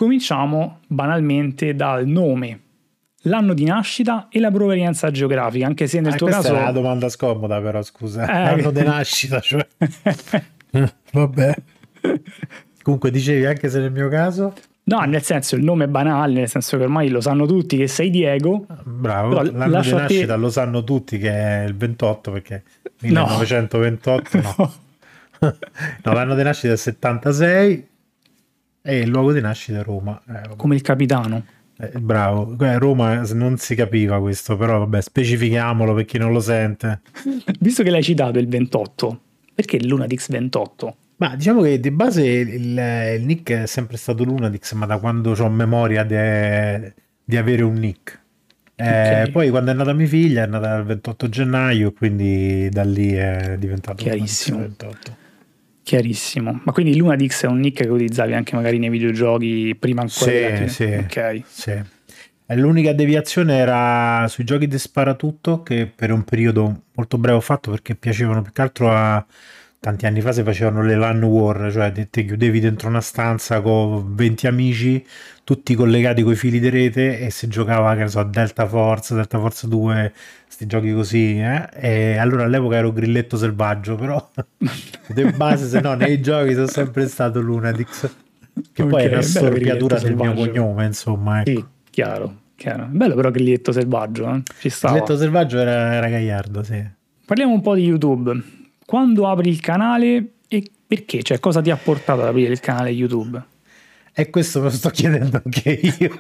cominciamo banalmente dal nome, l'anno di nascita e la provenienza geografica, anche se nel tuo questa caso... è una domanda scomoda, però scusa. L'anno di nascita, cioè... Vabbè. Comunque dicevi, anche se nel mio caso... No, nel senso, il nome è banale, nel senso che ormai lo sanno tutti che sei Diego. Bravo, l'anno di nascita lo sanno tutti che è il 28, perché 1928 no. No, l'anno di nascita è il 76 e il luogo di nascita è Roma. Come il capitano. Bravo, Roma non si capiva questo, però vabbè, specifichiamolo per chi non lo sente. Visto che l'hai citato il 28, perché Lunatics 28? Ma diciamo che di base il nick è sempre stato Lunatics, ma da quando ho memoria di avere un nick. Okay. Poi quando è nata mia figlia è nata il 28 gennaio, quindi da lì è diventato chiarissimo. 28. Chiarissimo. Ma quindi Lunatics è un nick che utilizzavi anche magari nei videogiochi prima ancora? Sì. Ok. Sì. L'unica deviazione era sui giochi di sparatutto, che per un periodo molto breve ho fatto perché piacevano più che altro a... Tanti anni fa si facevano le LAN war, cioè ti chiudevi dentro una stanza con 20 amici, tutti collegati coi fili di rete e si giocava, che ne so, a Delta Force 2, questi giochi così, E allora all'epoca ero Grilletto Selvaggio, però di base, se no, nei giochi sono sempre stato Lunatics, che poi è una storpiatura del mio cognome, insomma, ecco. Sì, chiaro. Bello però Grilletto Selvaggio, ci stava. Grilletto Selvaggio era gagliardo, sì. Parliamo un po' di YouTube. Quando apri il canale e perché? Cioè, cosa ti ha portato ad aprire il canale YouTube? E questo me lo sto chiedendo anche io.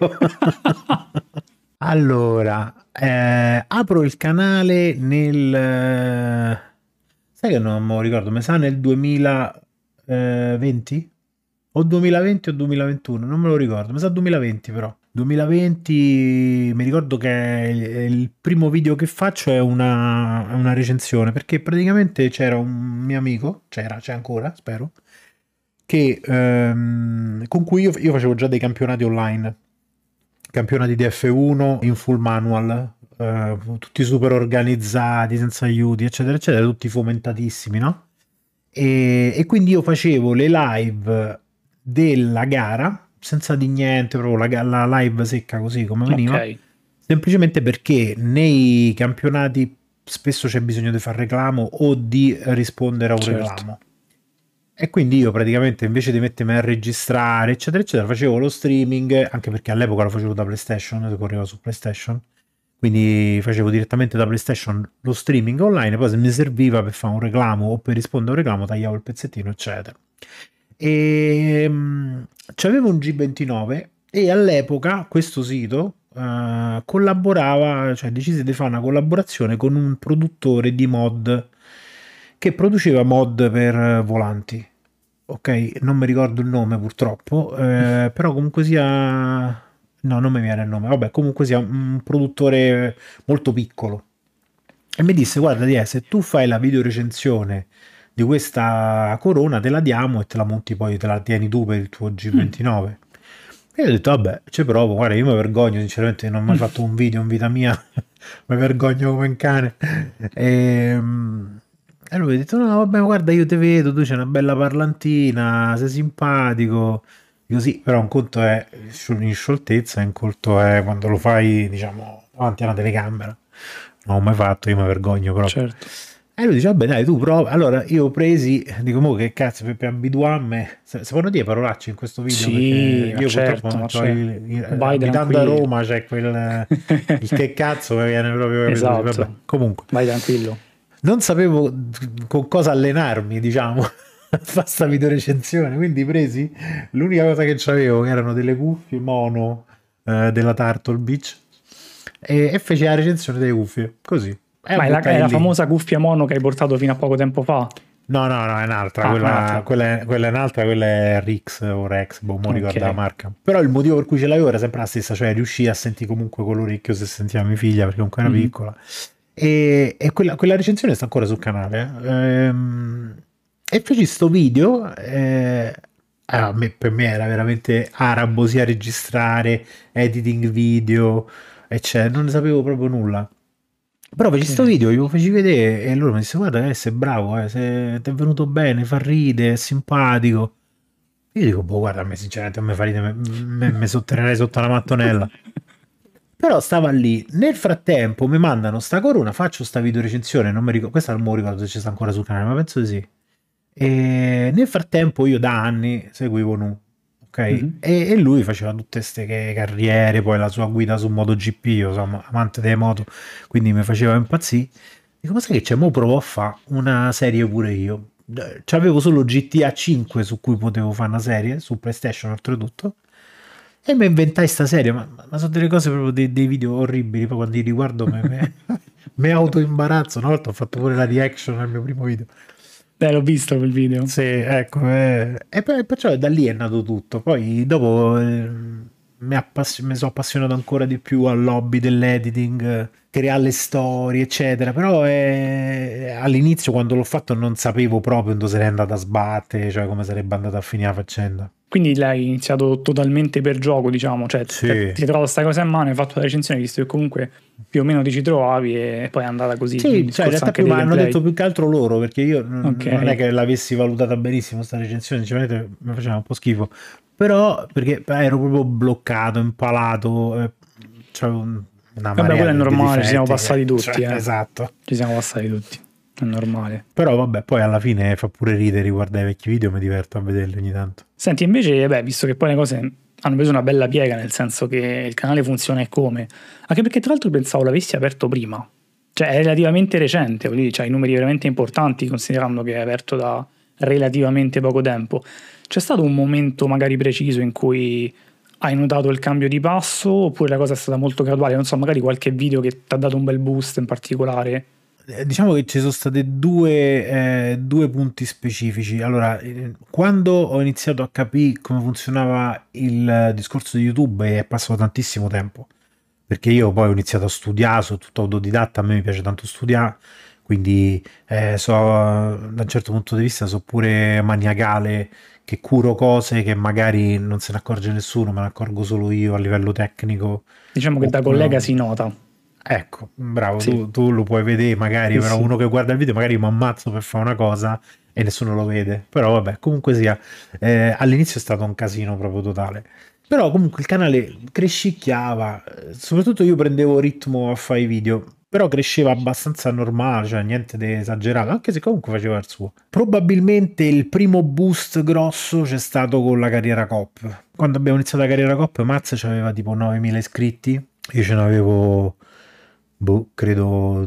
Allora, apro il canale nel... sai che non me lo ricordo, mi sa nel 2020? O 2020 o 2021, non me lo ricordo, mi sa 2020 però. 2020 mi ricordo che il primo video che faccio è una recensione, perché praticamente c'era un mio amico, c'è ancora, spero, che con cui io facevo già dei campionati online, campionati di F1 in full manual, tutti super organizzati, senza aiuti, eccetera, eccetera, tutti fomentatissimi, no? E quindi io facevo le live della gara senza di niente, proprio la live secca così come veniva, Okay. semplicemente perché nei campionati spesso c'è bisogno di fare reclamo o di rispondere a un reclamo, e quindi io praticamente invece di mettermi a registrare eccetera eccetera facevo lo streaming, anche perché all'epoca lo facevo da PlayStation, correva su PlayStation, quindi facevo direttamente da PlayStation lo streaming online, poi se mi serviva per fare un reclamo o per rispondere a un reclamo tagliavo il pezzettino eccetera. E c'avevo un G29 e all'epoca questo sito collaborava, cioè decise di fare una collaborazione con un produttore di mod che produceva mod per volanti. Ok, non mi ricordo il nome purtroppo, però comunque sia... No, non mi viene il nome. Vabbè, comunque sia un produttore molto piccolo. E mi disse, guarda, se tu fai la videorecensione di questa corona, te la diamo e te la monti poi, te la tieni tu per il tuo G29. E io ho detto, vabbè, ci provo. Guarda, io mi vergogno, sinceramente, non ho mai fatto un video in vita mia. Mi vergogno come un cane. E lui ha detto, no, vabbè, guarda, io te vedo, tu c'hai una bella parlantina, sei simpatico. Dico sì, però un conto è in scioltezza e un conto è quando lo fai, diciamo, davanti a una telecamera. Non ho mai fatto, io mi vergogno proprio. Certo. E lui dice, vabbè dai, tu prova. Allora io ho presi, dico, mo che cazzo, per abituarmi. Se possono dire parolacce in questo video? Sì, perché io certo, purtroppo non c'ho vai abitando a tranquillo. Roma c'è il che cazzo mi viene proprio, capito? Esatto. Vabbè, comunque. Vai tranquillo. Non sapevo con cosa allenarmi, diciamo, a fare sta videorecensione, quindi presi l'unica cosa che c'avevo, che erano delle cuffie mono della Turtle Beach, e feci la recensione delle cuffie, così. Ma è la famosa cuffia mono che hai portato fino a poco tempo fa? No, è un'altra, quella è un'altra, quella è Rix o Rex, boh, non ricordo la marca. Però il motivo per cui ce l'avevo era sempre la stessa, cioè riuscii a sentire comunque con l'orecchio se sentiva mia figlia, perché comunque era piccola. E quella recensione sta ancora sul canale. E feci sto video. Per me era veramente arabo, sia registrare, editing video, eccetera. Non ne sapevo proprio nulla. Però feci sto video, glielo feci vedere e loro mi disse, guarda, sei bravo, se ti è venuto bene, fa ride, è simpatico. Io dico, boh, guarda, a me sinceramente non mi fa ridere, mi sotterrerei sotto la mattonella. Però stava lì. Nel frattempo mi mandano sta corona, faccio sta video recensione, non mi ricordo, questa non mi ricordo se ci sta ancora sul canale, ma penso di sì. E nel frattempo io da anni seguivo Nu, ok? Mhm. E lui faceva tutte queste carriere, poi la sua guida su MotoGP, io sono amante delle moto, quindi mi faceva impazzire. Dico, ma sai che c'è? Mo provo a fare una serie pure io. C'avevo solo GTA 5 su cui potevo fare una serie, su PlayStation oltretutto, e mi inventai sta serie, ma sono delle cose proprio dei video orribili, poi quando li riguardo mi autoimbarazzo. Una volta ho fatto pure la reaction al mio primo video. L'ho visto quel video. Sì, ecco, e perciò da lì è nato tutto. Poi dopo mi sono appassionato ancora di più all'hobby dell'editing, creare le storie, eccetera. Però all'inizio, quando l'ho fatto, non sapevo proprio dove sarei andata a sbattere, cioè come sarebbe andata a finire la faccenda. Quindi l'hai iniziato totalmente per gioco, diciamo, cioè ti Sì, hai trovato sta cosa in mano, hai fatto la recensione, visto che comunque più o meno ti ci trovavi e poi è andata così. Il sì, cioè in discorso realtà anche più, dei ma hanno gameplay. detto più che altro loro, perché io Ok, non è che l'avessi valutata benissimo sta recensione, sinceramente mi faceva un po' schifo. Però perché ero proprio bloccato, impalato, c'avevo una vabbè, quello marea è di normale, ci siamo difetti, passati tutti, esatto. ci siamo passati tutti, è normale. Però vabbè, poi alla fine fa pure ridere riguardare i vecchi video, mi diverto a vederli ogni tanto. Senti, invece, beh, visto che poi le cose hanno preso una bella piega, nel senso che il canale funziona e come, anche perché tra l'altro pensavo l'avessi aperto prima, cioè è relativamente recente, voglio dire, c'ha i numeri veramente importanti considerando che è aperto da relativamente poco tempo. C'è stato un momento magari preciso in cui hai notato il cambio di passo oppure la cosa è stata molto graduale? Non so, magari qualche video che ti ha dato un bel boost in particolare. Diciamo che ci sono stati due punti specifici. Allora, quando ho iniziato a capire come funzionava il discorso di YouTube è passato tantissimo tempo, perché io poi ho iniziato a studiare, sono tutto autodidatta, a me mi piace tanto studiare, quindi da un certo punto di vista so pure maniacale, che curo cose che magari non se ne accorge nessuno, me ne accorgo solo io a livello tecnico. Diciamo che da collega si nota. Ecco, bravo, Sì, tu lo puoi vedere magari, sì, però sì. uno che guarda il video magari mi ammazzo per fare una cosa e nessuno lo vede. Però vabbè, comunque sia, all'inizio è stato un casino proprio totale. Però comunque il canale crescicchiava, soprattutto io prendevo ritmo a fare i video, però cresceva abbastanza normale, cioè niente di esagerato, anche se comunque faceva il suo. Probabilmente il primo boost grosso c'è stato con la carriera Cop. Quando abbiamo iniziato la carriera Cop, Maz aveva tipo 9.000 iscritti, io ce n'avevo, boh, credo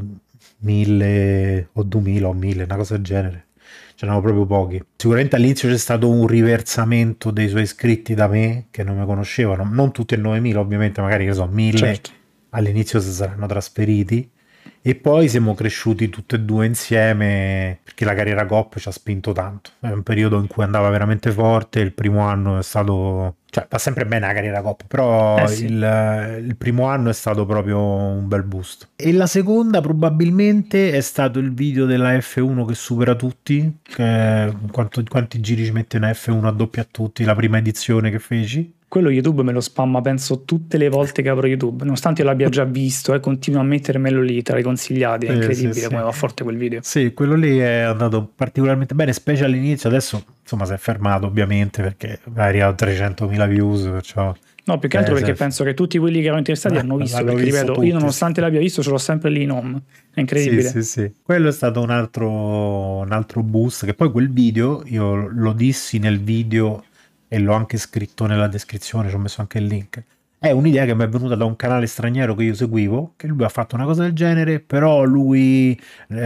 1.000 o 2.000 o 1.000, una cosa del genere. Ce n'erano proprio pochi. Sicuramente all'inizio c'è stato un riversamento dei suoi iscritti da me, che non mi conoscevano, non tutti e 9.000 ovviamente, magari che so, 1.000 Certo. all'inizio si saranno trasferiti e poi siamo cresciuti tutti e due insieme perché la carriera Coop ci ha spinto tanto. È un periodo in cui andava veramente forte, il primo anno è stato, cioè va sempre bene la carriera Coop, però Sì. il primo anno è stato proprio un bel boost. E la seconda probabilmente è stato il video della F1 che supera tutti, che quanti giri ci mette una F1 a doppia a tutti, la prima edizione che feci. Quello YouTube me lo spamma, penso, tutte le volte che apro YouTube. Nonostante io l'abbia già visto e continua a mettermelo lì tra i consigliati. È Sì, incredibile sì. come va forte quel video. Sì, quello lì è andato particolarmente bene, specie all'inizio. Adesso insomma si è fermato ovviamente perché è arrivato a 300.000 views, perciò No, più che altro perché penso che tutti quelli che erano interessati hanno visto. l'hanno Perché, visto ripeto, tutti, io nonostante sì. l'abbia visto, ce l'ho sempre lì in home. È Sì, incredibile. sì, sì. Quello è stato un altro boost, che poi quel video io lo dissi nel video e l'ho anche scritto nella descrizione, ci ho messo anche il link. È un'idea che mi è venuta da un canale straniero che io seguivo, che lui ha fatto una cosa del genere, però lui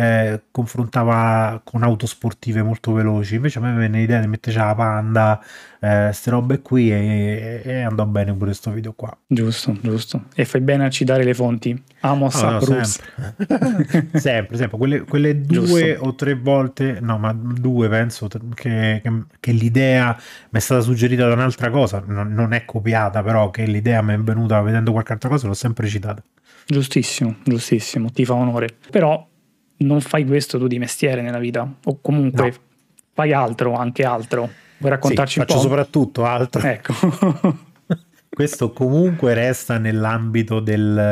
confrontava con auto sportive molto veloci. Invece a me venne l'idea di metterci la Panda, ste robe qui, e andò bene pure questo video qua. Giusto, giusto. E fai bene a citare le fonti. Amos No, approves. sempre, quelle due Giusto. o tre volte, no, ma due penso che l'idea mi è stata suggerita da un'altra cosa, non è copiata, però che l'idea mi è venuta vedendo qualche altra cosa, l'ho sempre citata. Giustissimo, giustissimo. Ti fa onore. Però non fai questo tu di mestiere nella vita. O comunque No, fai altro, anche altro. Vuoi sì, raccontarci un faccio po'? soprattutto altro. Ecco. Questo comunque resta nell'ambito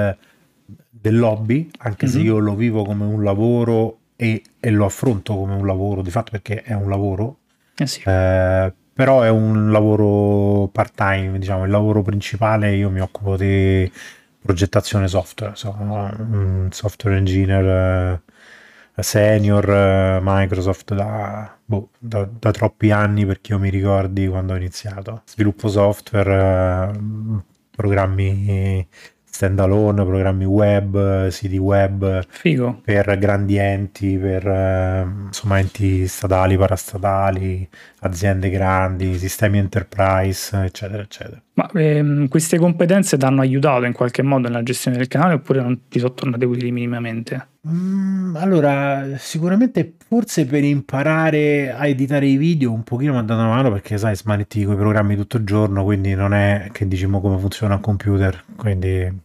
del hobby, anche se Mhm. io lo vivo come un lavoro e lo affronto come un lavoro, di fatto perché è un lavoro. Eh sì. però è un lavoro part-time, diciamo. Il lavoro principale, io mi occupo di progettazione software, sono un software engineer senior Microsoft da troppi anni, perché io mi ricordi quando ho iniziato. Sviluppo software, programmi standalone, programmi web, siti web Figo. per grandi enti, per insomma enti statali, parastatali, aziende grandi, sistemi enterprise, eccetera, eccetera. Ma queste competenze ti hanno aiutato in qualche modo nella gestione del canale oppure non ti sono tornate utili minimamente? Allora, sicuramente forse per imparare a editare i video un pochino mi ha dato una mano, perché sai, smanetti con i programmi tutto il giorno, quindi non è che diciamo come funziona un computer, quindi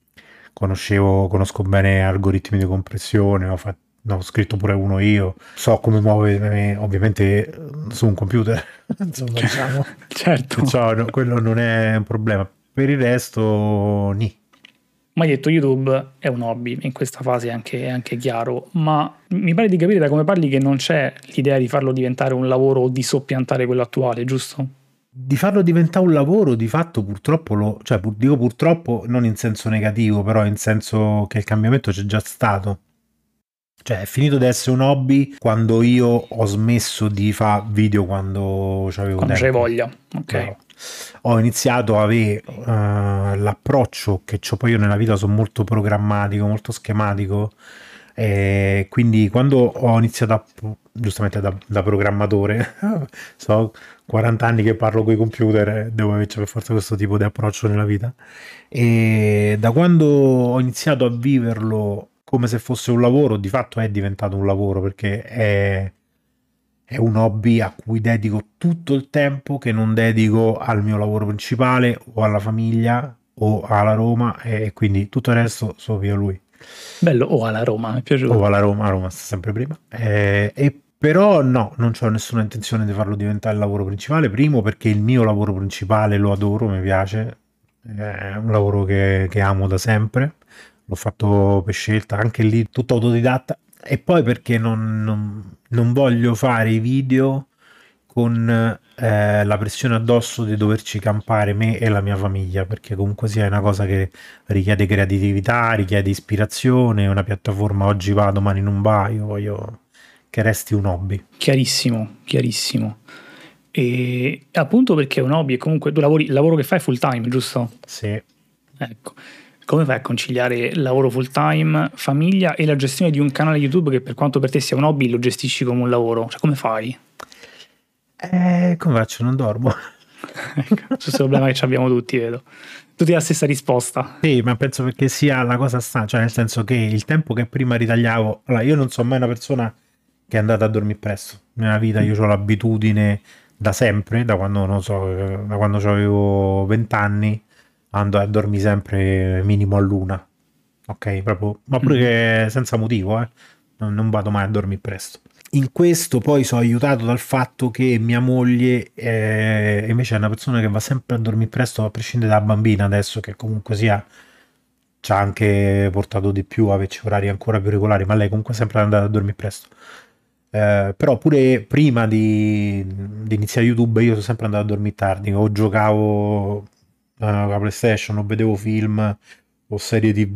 conosco bene algoritmi di compressione, ho scritto pure uno io, so come muovermi ovviamente su un computer, insomma, diciamo. Certo. No, quello non è un problema. Per il resto, nì. Ma hai detto YouTube è un hobby, in questa fase è anche chiaro, ma mi pare di capire da come parli che non c'è l'idea di farlo diventare un lavoro o di soppiantare quello attuale, giusto? Di farlo diventare un lavoro, di fatto purtroppo dico purtroppo non in senso negativo, però in senso che il cambiamento c'è già stato. Cioè è finito di essere un hobby quando io ho smesso di fare video, quando c'avevo Quando tempo. c'hai voglia, ok. Bravo. Ho iniziato a avere l'approccio che ho poi io nella vita, sono molto programmatico, molto schematico, e quindi quando ho iniziato giustamente da programmatore, so 40 anni che parlo con i computer, devo averci per forza questo tipo di approccio nella vita, e da quando ho iniziato a viverlo come se fosse un lavoro, di fatto è diventato un lavoro, perché è un hobby a cui dedico tutto il tempo che non dedico al mio lavoro principale o alla famiglia o alla Roma, e quindi tutto il resto so via lui. Bello, o alla Roma, mi è piaciuto. O alla Roma sta sempre prima. E però no, non ho nessuna intenzione di farlo diventare il lavoro principale. Primo perché il mio lavoro principale lo adoro, mi piace, è un lavoro che amo da sempre, l'ho fatto per scelta, anche lì tutto autodidatta. E poi perché non voglio fare i video con la pressione addosso di doverci campare me e la mia famiglia, perché comunque sia una cosa che richiede creatività, richiede ispirazione, una piattaforma oggi va, domani non va, io voglio che resti un hobby. Chiarissimo, chiarissimo. E appunto perché è un hobby e comunque tu lavori, il lavoro che fai è full time, giusto? Sì. Ecco. Come fai a conciliare lavoro full time, famiglia e la gestione di un canale YouTube che per quanto per te sia un hobby lo gestisci come un lavoro? Cioè come fai? Come faccio? Non dormo. Ecco, questo è il problema che abbiamo tutti, vedo. Tutti la stessa risposta. Sì, ma penso perché sia la cosa cioè nel senso che il tempo che prima ritagliavo, allora io non sono mai una persona che è andata a dormire presto. Nella vita io ho l'abitudine da sempre, da quando non so, da quando avevo 20 anni, ando a dormire sempre minimo all'una. Ok, proprio, ma pure che senza motivo, non vado mai a dormire presto. In questo poi sono aiutato dal fatto che mia moglie invece è una persona che va sempre a dormire presto, a prescindere dalla bambina, adesso che comunque sia ci ha anche portato di più a averci orari ancora più regolari, ma lei comunque è sempre andata a dormire presto. Però pure prima di iniziare YouTube io sono sempre andato a dormire tardi, o giocavo alla PlayStation, o vedevo film o serie TV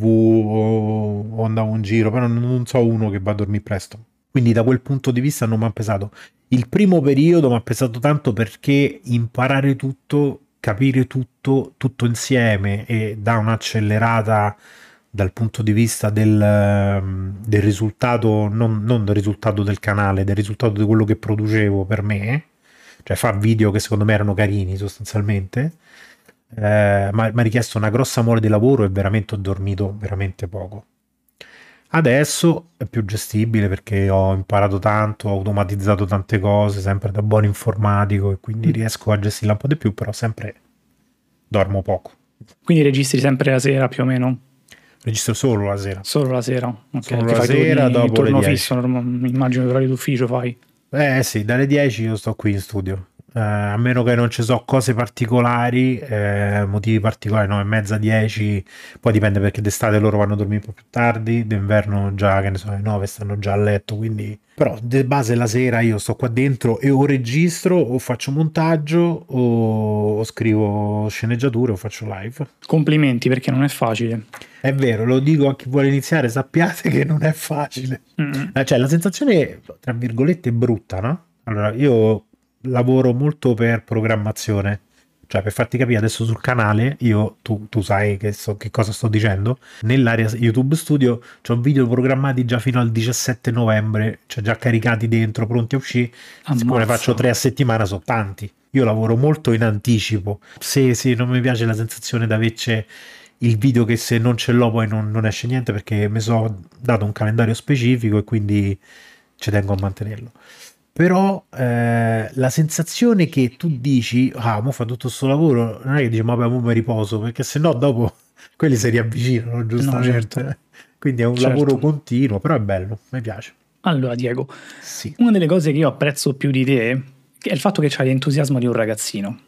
o andavo in giro, però non so uno che va a dormire presto. Quindi da quel punto di vista non mi ha pesato. Il primo periodo mi ha pesato tanto perché imparare tutto, capire tutto insieme e dà un'accelerata dal punto di vista del risultato, non del risultato del canale, del risultato di quello che producevo per me, cioè fa video che secondo me erano carini sostanzialmente, ma mi ha richiesto una grossa mole di lavoro e veramente ho dormito veramente poco. Adesso è più gestibile perché ho imparato tanto, ho automatizzato tante cose, sempre da buon informatico, e quindi riesco a gestirla un po' di più, però sempre dormo poco. Quindi registri sempre la sera più o meno? Registro solo la sera. Solo la sera? Ok. Solo che la fai sera dopo turno le 10. fisso, immagino che orari d'ufficio fai. Sì, dalle 10 io sto qui in studio. a meno che non ci so cose particolari, motivi particolari, 9:30, 10, poi dipende perché d'estate loro vanno a dormire un po' più tardi, d'inverno già, che ne so, alle 9 stanno già a letto, quindi... Però di base la sera io sto qua dentro e o registro, o faccio montaggio, o scrivo sceneggiature, o faccio live. Complimenti, perché non è facile. È vero, lo dico a chi vuole iniziare, sappiate che non è facile. Cioè, la sensazione, tra virgolette, è brutta, no? Allora, io lavoro molto per programmazione, cioè per farti capire adesso sul canale, tu sai che cosa sto dicendo, nell'area YouTube Studio c'ho video programmati già fino al 17 novembre, cioè già caricati dentro, pronti a uscire. Siccome ne faccio 3 a settimana, sono tanti. Io lavoro molto in anticipo. Se non mi piace la sensazione di averci il video che se non ce l'ho poi non esce niente, perché mi sono dato un calendario specifico e quindi ci tengo a mantenerlo. Però la sensazione che tu dici, mo fa tutto questo lavoro, non è che dici, ma beh, mo mi riposo, perché sennò dopo quelli si riavvicinano, giustamente. No, certo. Quindi è un lavoro continuo, però è bello, mi piace. Allora, Diego, sì. Una delle cose che io apprezzo più di te è il fatto che c'hai l'entusiasmo di un ragazzino.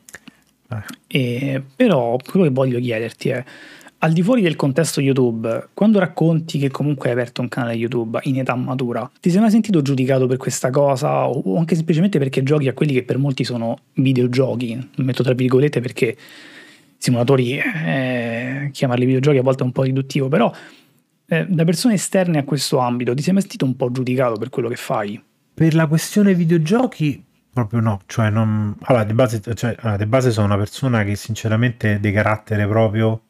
Però quello che voglio chiederti è, al di fuori del contesto YouTube, quando racconti che comunque hai aperto un canale YouTube in età matura, ti sei mai sentito giudicato per questa cosa, o anche semplicemente perché giochi a quelli che per molti sono videogiochi? Lo metto tra virgolette perché simulatori, chiamarli videogiochi a volte è un po' riduttivo, però da persone esterne a questo ambito ti sei mai sentito un po' giudicato per quello che fai? Per la questione videogiochi proprio no, cioè non... Allora, di base sono una persona che sinceramente di carattere proprio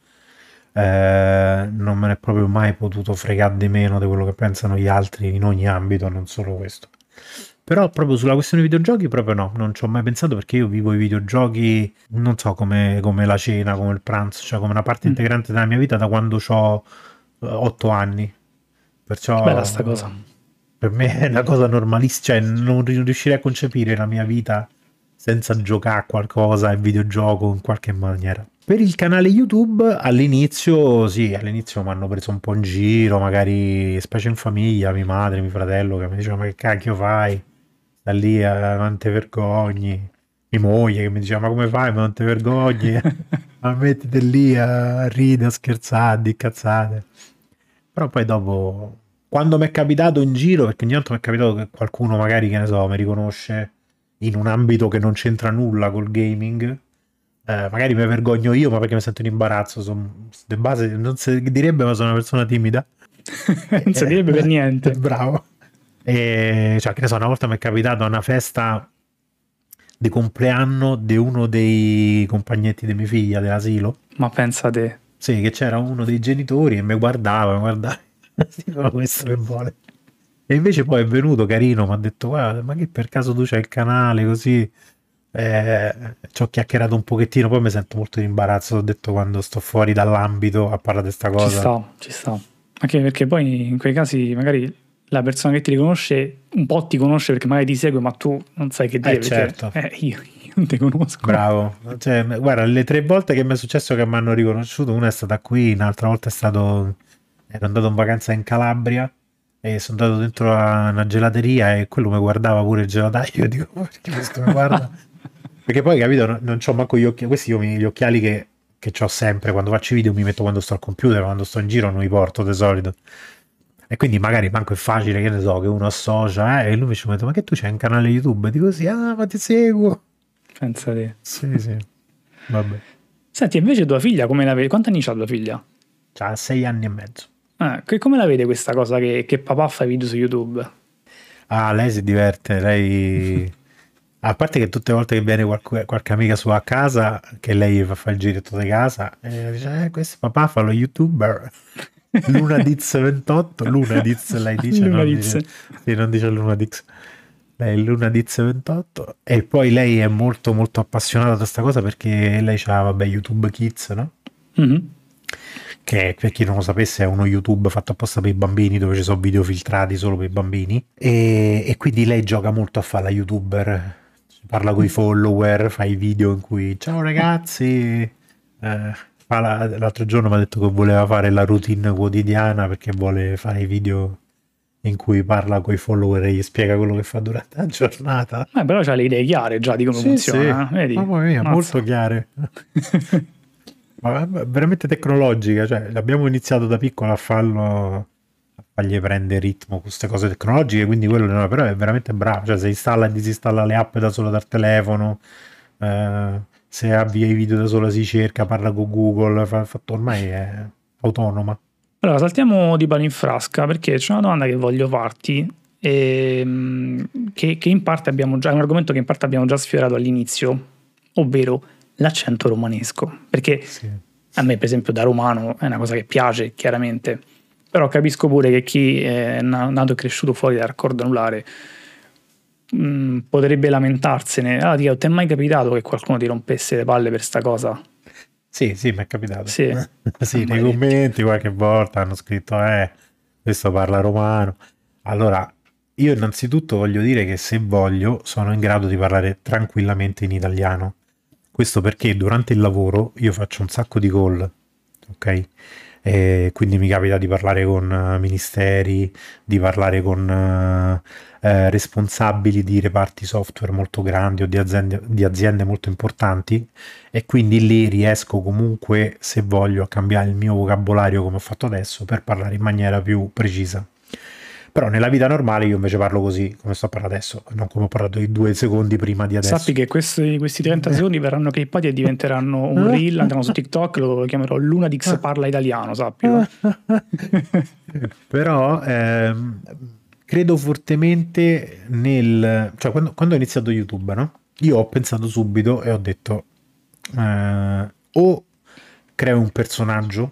non me ne è proprio mai potuto fregare di meno di quello che pensano gli altri in ogni ambito, non solo questo. Però proprio sulla questione videogiochi proprio no, non ci ho mai pensato, perché io vivo i videogiochi, non so, come la cena, come il pranzo, cioè come una parte integrante della mia vita da quando ho 8 anni. Perciò bella sta cosa. Per me è una cosa normalissima, cioè non riuscirei a concepire la mia vita senza giocare a qualcosa in videogioco in qualche maniera. Per il canale YouTube all'inizio mi hanno preso un po' in giro, magari specie in famiglia, mia madre, mio fratello, che mi diceva ma che cacchio fai? Da lì non te vergogni. Mia moglie che mi diceva ma come fai, ma non te vergogni? Ma mettete lì a ridere, a scherzare, di cazzate. Però poi dopo, quando mi è capitato in giro, perché ogni tanto mi è capitato che qualcuno magari, che ne so, mi riconosce in un ambito che non c'entra nulla col gaming, magari mi vergogno io, ma perché mi sento in imbarazzo. De base non si direbbe, ma sono una persona timida. Non si direbbe per niente. Bravo. E cioè, che ne so, una volta mi è capitato a una festa di compleanno di uno dei compagnetti di mia figlia dell'asilo. Ma pensa te. Sì, che c'era uno dei genitori e mi guardava. Dico, questo che vuole. E invece poi è venuto carino, mi ha detto guarda, ma che per caso tu c'hai il canale così? Ci ho chiacchierato un pochettino, poi mi sento molto in imbarazzo, ho detto, quando sto fuori dall'ambito a parlare di sta cosa. Ci sta. Anche perché poi in quei casi magari la persona che ti riconosce un po' ti conosce perché magari ti segue, ma tu non sai che dire, certo. Perché, io non ti conosco. Bravo. Cioè, guarda, le 3 volte che mi è successo che mi hanno riconosciuto, una è stata qui, un'altra volta ero andato in vacanza in Calabria e sono andato dentro a una gelateria e quello mi guardava pure il gelataio. Io dico, perché questo mi guarda? Perché poi, capito, non c'ho manco gli occhiali. Questi gli occhiali che ho sempre quando faccio i video, mi metto quando sto al computer, quando sto in giro non li porto di solito. E quindi magari manco è facile, che ne so, che uno associa, e lui invece mi ha detto, ma che tu c'hai un canale YouTube? Dico sì, ma ti seguo. Pensa te. Sì, vabbè. Senti, invece tua figlia come la vede? Quanti anni c'ha tua figlia? C'ha 6 anni e mezzo. Come la vede questa cosa che papà fa i video su YouTube? Lei si diverte, lei... A parte che tutte le volte che viene qualche amica sua a casa, che lei fa il giretto di casa, dice, questo papà fa lo YouTuber. Lunadiz28, Lunadiz lei dice, non dice Lunadiz. Lei è Lunadiz28, e poi lei è molto molto appassionata da questa cosa perché lei c'ha, YouTube Kids, no? Mm-hmm. Che per chi non lo sapesse è uno YouTube fatto apposta per i bambini, dove ci sono video filtrati solo per i bambini, e quindi lei gioca molto a fare la YouTuber, parla con i follower, fa i video in cui ciao ragazzi, l'altro giorno mi ha detto che voleva fare la routine quotidiana perché vuole fare i video in cui parla con i follower e gli spiega quello che fa durante la giornata. Però c'ha le idee chiare già di come Sì, funziona, vedi? mamma mia, Mazza. molto chiare. Ma veramente tecnologica, cioè abbiamo iniziato da piccolo a fargli prendere ritmo con queste cose tecnologiche, quindi quello no, però è veramente bravo, cioè se installa e disinstalla le app da solo dal telefono, se avvia i video da sola si cerca, parla con Google, ormai è autonoma. Allora, saltiamo di palo in frasca perché c'è una domanda che voglio farti, che in parte abbiamo già, è un argomento che in parte abbiamo già sfiorato all'inizio, ovvero l'accento romanesco. Perché Sì. a me, per esempio, da romano è una cosa che piace, chiaramente, però capisco pure che chi è nato e cresciuto fuori dal raccordo anulare potrebbe lamentarsene. Allora, ti è mai capitato che qualcuno ti rompesse le palle per sta cosa? Sì, mi è capitato. Sì, sì, nei commenti qualche volta hanno scritto questo parla romano. Allora, io innanzitutto voglio dire che se voglio sono in grado di parlare tranquillamente in italiano. Questo perché durante il lavoro io faccio un sacco di call, ok? E quindi mi capita di parlare con ministeri, di parlare con responsabili di reparti software molto grandi o di aziende molto importanti, e quindi lì riesco comunque, se voglio, a cambiare il mio vocabolario come ho fatto adesso per parlare in maniera più precisa. Però nella vita normale io invece parlo così come sto parlando adesso, non come ho parlato i 2 secondi prima di adesso. Sappi che questi 30 secondi verranno clippati e diventeranno un reel, andranno su TikTok, lo chiamerò Lunadix parla italiano, sappilo. Però credo fortemente cioè quando ho iniziato YouTube, no? Io ho pensato subito e ho detto o creo un personaggio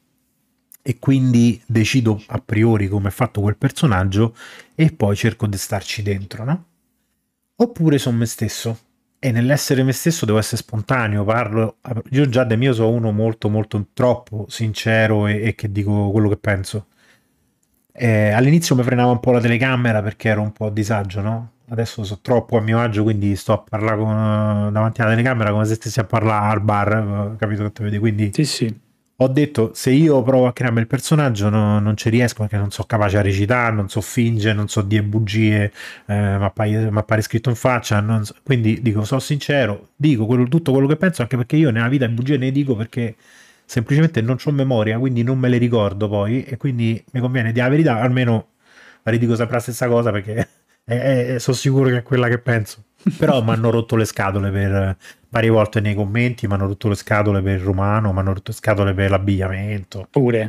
e quindi decido a priori come è fatto quel personaggio e poi cerco di starci dentro, no? Oppure sono me stesso, e nell'essere me stesso devo essere spontaneo, parlo. Io già da mio sono uno molto molto troppo sincero e che dico quello che penso. All'inizio mi frenava un po' la telecamera perché ero un po' a disagio, no? Adesso sono troppo a mio agio, quindi sto a parlare davanti alla telecamera come se stessi a parlare al bar, capito che te vedi? Quindi Sì. ho detto, se io provo a crearmi il personaggio non ci riesco perché non so capace a recitare, non so fingere, non so dire bugie, mi appare scritto in faccia, quindi dico, sono sincero, dico tutto quello che penso, anche perché io nella vita bugie ne dico perché semplicemente non ho memoria, quindi non me le ricordo poi, e quindi mi conviene dire la verità, almeno ridico sempre la stessa cosa perché sono sicuro che è quella che penso. Però mi hanno rotto le scatole per varie volte nei commenti, mi hanno rotto le scatole per il romano, mi hanno rotto le scatole per l'abbigliamento. Pure.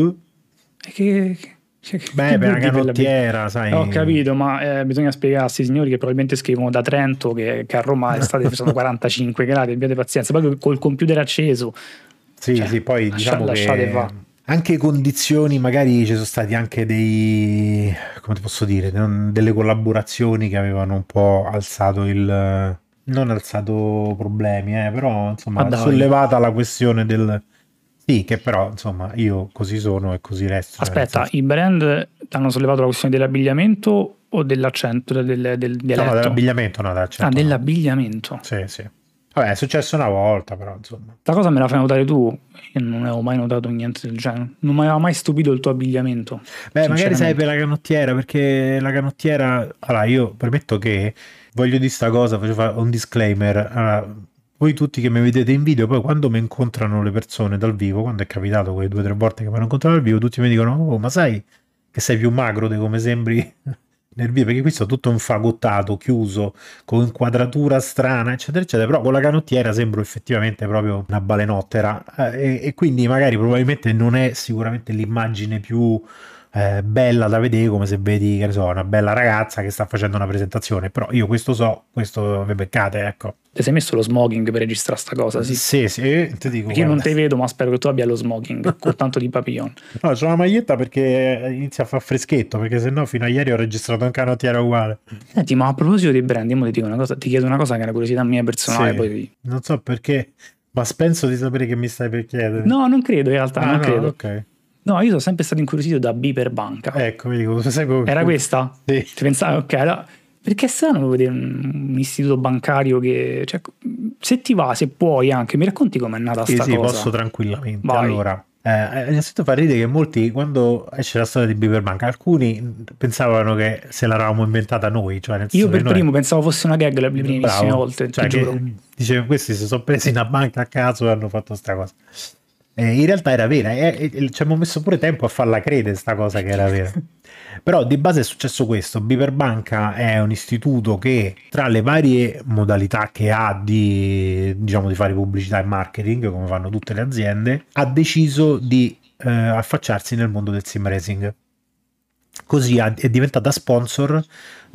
Beh, per la canottiera, sai. Ho capito, ma bisogna spiegare a questi signori che probabilmente scrivono da Trento che a Roma estate sono 45 gradi, abbiate pazienza, proprio col computer acceso. Sì, poi diciamo che anche condizioni, magari ci sono stati anche come ti posso dire, delle collaborazioni che avevano un po' alzato non alzato problemi, però insomma sollevata la questione sì, che però insomma io così sono e così resto. Aspetta, i brand hanno sollevato la questione dell'abbigliamento o dell'accento del dialetto? No, dell'abbigliamento, no, dell'accento. Ah, dell'abbigliamento. Sì. Vabbè, è successo una volta, però insomma. La cosa me la fai notare tu, io non avevo mai notato niente del genere, non mi aveva mai stupito il tuo abbigliamento. Beh, magari sai per la canottiera, perché la canottiera, allora io permetto che voglio dire sta cosa, faccio fare un disclaimer. Allora, voi tutti che mi vedete in video, poi quando mi incontrano le persone dal vivo, quando è capitato quelle 2 o 3 volte che mi hanno incontrato dal vivo, tutti mi dicono: oh, ma sai che sei più magro di come sembri nel video, perché qui sto tutto infagottato, chiuso, con inquadratura strana, eccetera eccetera, però con la canottiera sembro effettivamente proprio una balenottera, e quindi magari probabilmente non è sicuramente l'immagine più bella da vedere, come se vedi, che ne so, una bella ragazza che sta facendo una presentazione, però io questo vi beccate, ecco. Ti sei messo lo smoking per registrare sta cosa? Sì, ti dico. Perché io non te vedo, ma spero che tu abbia lo smoking con tanto di papillon. No, c'ho una maglietta perché inizia a far freschetto, perché sennò fino a ieri ho registrato un canottiera uguale. Senti, ma a proposito dei brand, io ti dico una cosa, ti chiedo una cosa che è una curiosità mia personale. Sì, poi... non so perché, ma penso di sapere che mi stai per chiedere. No, non credo in realtà, non credo. Ok. No, io sono sempre stato incuriosito da B per banca. Ecco, vedi cosa sai come... Era questa? Sì. Ti pensavi, ok, allora, perché è strano vedere un istituto bancario che... Cioè, se ti va, se puoi anche, mi racconti com'è nata sta cosa? Sì, posso tranquillamente. Vai. Allora, Innanzitutto fa ridere che molti, quando esce la storia di Beaver Bank, alcuni pensavano che se l'eravamo inventata noi, cioè nel Io senso che per noi, primo pensavo fosse una gag le primissime bravo, volte, ti cioè giuro. che dice questi si sono presi una banca a caso e hanno fatto sta cosa. In realtà era vera e ci abbiamo messo pure tempo a farla credere sta cosa che era vera. Però di base è successo questo: Beaver Banca è un istituto che tra le varie modalità che ha di, diciamo, di fare pubblicità e marketing, come fanno tutte le aziende, ha deciso di affacciarsi nel mondo del sim racing. Così è diventata sponsor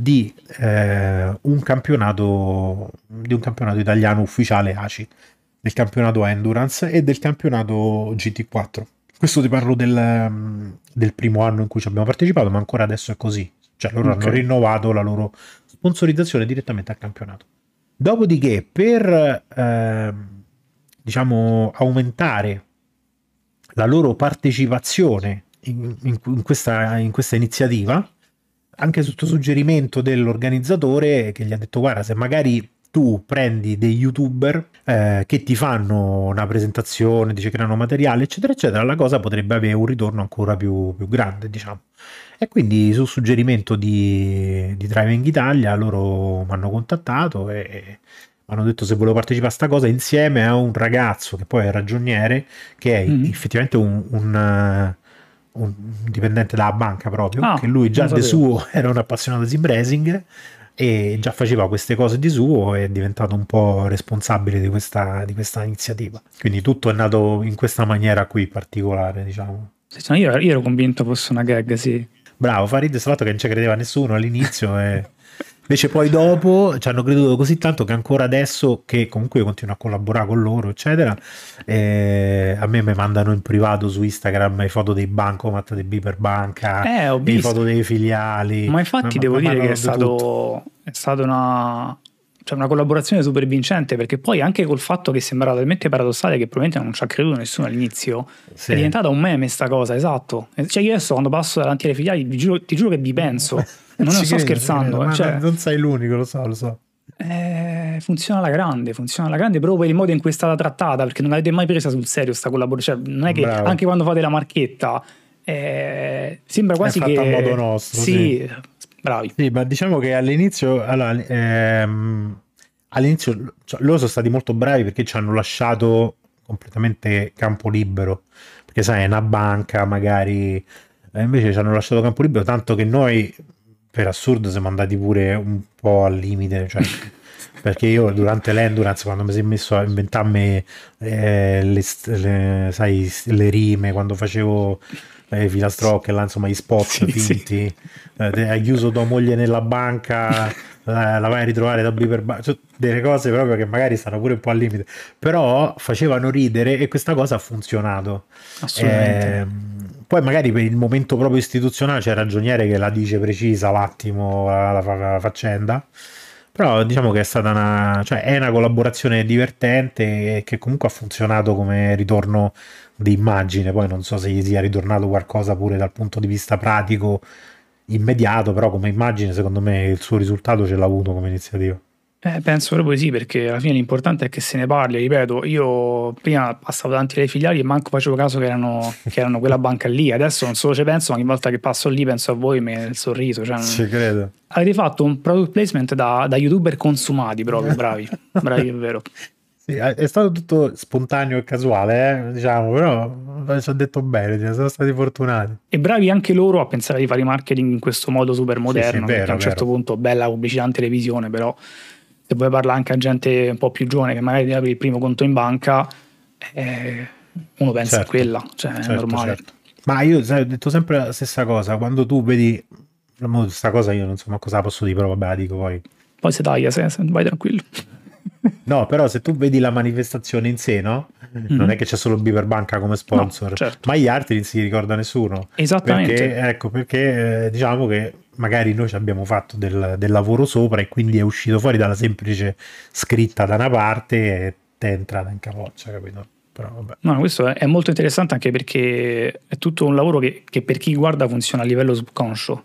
di un campionato italiano ufficiale ACI, del campionato Endurance e del campionato GT4. Questo ti parlo del primo anno in cui ci abbiamo partecipato, ma ancora adesso è così. Cioè loro hanno rinnovato la loro sponsorizzazione direttamente al campionato. Dopodiché, per diciamo aumentare la loro partecipazione in questa iniziativa, anche sotto suggerimento dell'organizzatore, che gli ha detto: guarda, se magari tu prendi dei youtuber che ti fanno una presentazione, ti creano materiale, eccetera eccetera, la cosa potrebbe avere un ritorno ancora più grande, diciamo. E quindi su suggerimento di Driving Italia loro mi hanno contattato e mi hanno detto se volevo partecipare a sta cosa insieme a un ragazzo che poi è ragioniere, che è effettivamente un dipendente dalla banca proprio, che lui già di suo era un appassionato di sim racing e già faceva queste cose di suo e è diventato un po' responsabile di questa iniziativa. Quindi tutto è nato in questa maniera qui particolare, diciamo. Io ero convinto fosse una gag, sì. Bravo, fa ridere il fatto che non ci credeva nessuno all'inizio e invece poi dopo ci hanno creduto così tanto che ancora adesso, che comunque io continuo a collaborare con loro eccetera, a me mi mandano in privato su Instagram le foto dei bancomat di Beaver Banca, le foto dei filiali. Ma infatti devo dire che è stata una collaborazione super vincente, perché poi anche col fatto che sembrava talmente paradossale che probabilmente non ci ha creduto nessuno all'inizio, è diventata un meme sta cosa, esatto. Cioè io adesso quando passo davanti alle filiali ti giuro che vi penso, non sto scherzando. Ma cioè, non sei l'unico, lo so. funziona alla grande proprio per il modo in cui è stata trattata, perché non l'avete mai presa sul serio sta collaborazione, cioè, non è che anche quando fate la marchetta sembra quasi che è fatta a modo nostro, sì. Bravi. Sì, ma diciamo che all'inizio cioè, loro sono stati molto bravi perché ci hanno lasciato completamente campo libero, perché sai, è una banca magari, invece ci hanno lasciato campo libero, tanto che noi per assurdo siamo andati pure un po' al limite, cioè, perché io durante l'endurance, quando mi si è messo a inventarmi sai, le rime, quando facevo filastrocche, là, insomma, gli spot finti, hai chiuso tua moglie nella banca, la vai a ritrovare da Beaver Bank, cioè, delle cose proprio che magari stanno pure un po' al limite, però facevano ridere e questa cosa ha funzionato. Assolutamente. Poi magari per il momento proprio istituzionale c'è ragioniere che la dice precisa l'attimo la faccenda, però diciamo che è stata cioè è una collaborazione divertente e che comunque ha funzionato come ritorno di immagine. Poi non so se gli sia ritornato qualcosa pure dal punto di vista pratico immediato, però come immagine secondo me il suo risultato ce l'ha avuto come iniziativa. Penso proprio sì, perché alla fine l'importante è che se ne parli. Ripeto, io prima passavo davanti alle filiali e manco facevo caso che erano quella banca lì. Adesso non solo ci penso, ma ogni volta che passo lì penso a voi, il sorriso. Cioè, ci credo. Avete fatto un product placement da youtuber consumati proprio, bravi, è vero. Sì, è stato tutto spontaneo e casuale, diciamo, però ci ho detto bene, sono stati fortunati. E bravi anche loro a pensare di fare marketing in questo modo super moderno, sì, perché a un certo punto bella pubblicità in televisione, però se vuoi parlare anche a gente un po' più giovane che magari deve aprire il primo conto in banca, uno pensa a quella, cioè è normale. Certo. Ma io ho detto sempre la stessa cosa, quando tu vedi questa cosa, io non so ma cosa posso dire, però vabbè la dico poi. Poi si taglia, vai tranquillo. No, però se tu vedi la manifestazione in sé, no? Non è che c'è solo Beaver Banca come sponsor, no, certo. ma gli altri non si ricorda nessuno. Esattamente. Perché diciamo che magari noi ci abbiamo fatto del lavoro sopra e quindi è uscito fuori dalla semplice scritta da una parte e te è entrata in capoccia, capito? Però, vabbè. No, questo è molto interessante anche perché è tutto un lavoro che per chi guarda funziona a livello subconscio.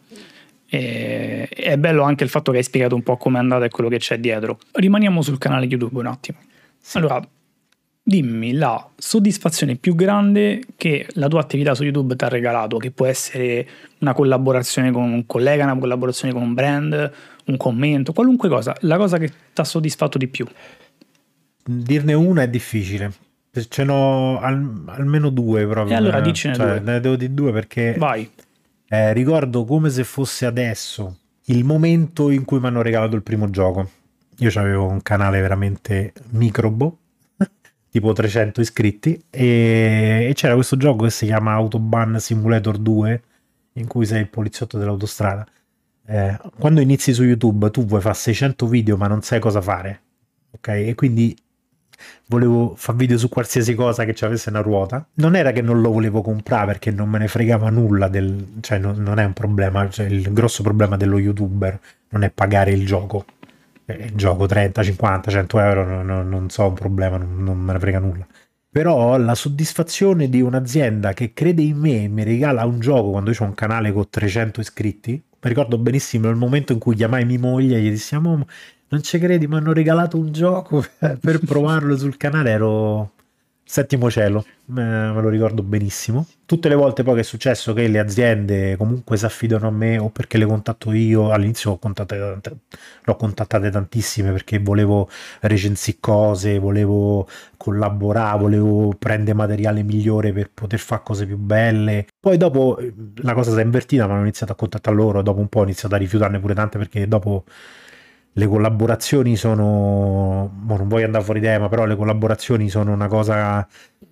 E è bello anche il fatto che hai spiegato un po' come è andata e quello che c'è dietro. Rimaniamo sul canale YouTube un attimo. Sì. Allora, Dimmi la soddisfazione più grande che la tua attività su YouTube ti ha regalato, che può essere una collaborazione con un collega, una collaborazione con un brand, un commento, qualunque cosa, la cosa che ti ha soddisfatto di più. Dirne una è difficile. Ce n'ho almeno due E proprio. allora dicene Cioè, due. ne devo dire due perché Vai. ricordo come se fosse adesso il momento in cui mi hanno regalato il primo gioco. Io avevo un canale veramente microbo, tipo 300 iscritti, e c'era questo gioco che si chiama Autobahn Simulator 2, in cui sei il poliziotto dell'autostrada. Quando inizi su YouTube tu vuoi fare 600 video ma non sai cosa fare, ok? E quindi volevo fare video su qualsiasi cosa che ci avesse una ruota. Non era che non lo volevo comprare perché non me ne fregava nulla cioè non è un problema, cioè il grosso problema dello youtuber non è pagare il gioco. Il gioco 30, 50, 100 euro non so, un problema, non me ne frega nulla. Però la soddisfazione di un'azienda che crede in me e mi regala un gioco quando io ho un canale con 300 iscritti, mi ricordo benissimo il momento in cui chiamai mia moglie e gli dissi: "Amore, non ci credi, mi hanno regalato un gioco per provarlo sul canale", ero settimo cielo, me lo ricordo benissimo. Tutte le volte poi che è successo che le aziende comunque si affidano a me o perché le contatto io, all'inizio l'ho contattate tantissime perché volevo recensire cose, volevo collaborare, volevo prendere materiale migliore per poter fare cose più belle. Poi dopo la cosa si è invertita, ma ho iniziato a contattare loro, dopo un po' ho iniziato a rifiutarne pure tante perché dopo le collaborazioni sono, non voglio andare fuori tema, però le collaborazioni sono una cosa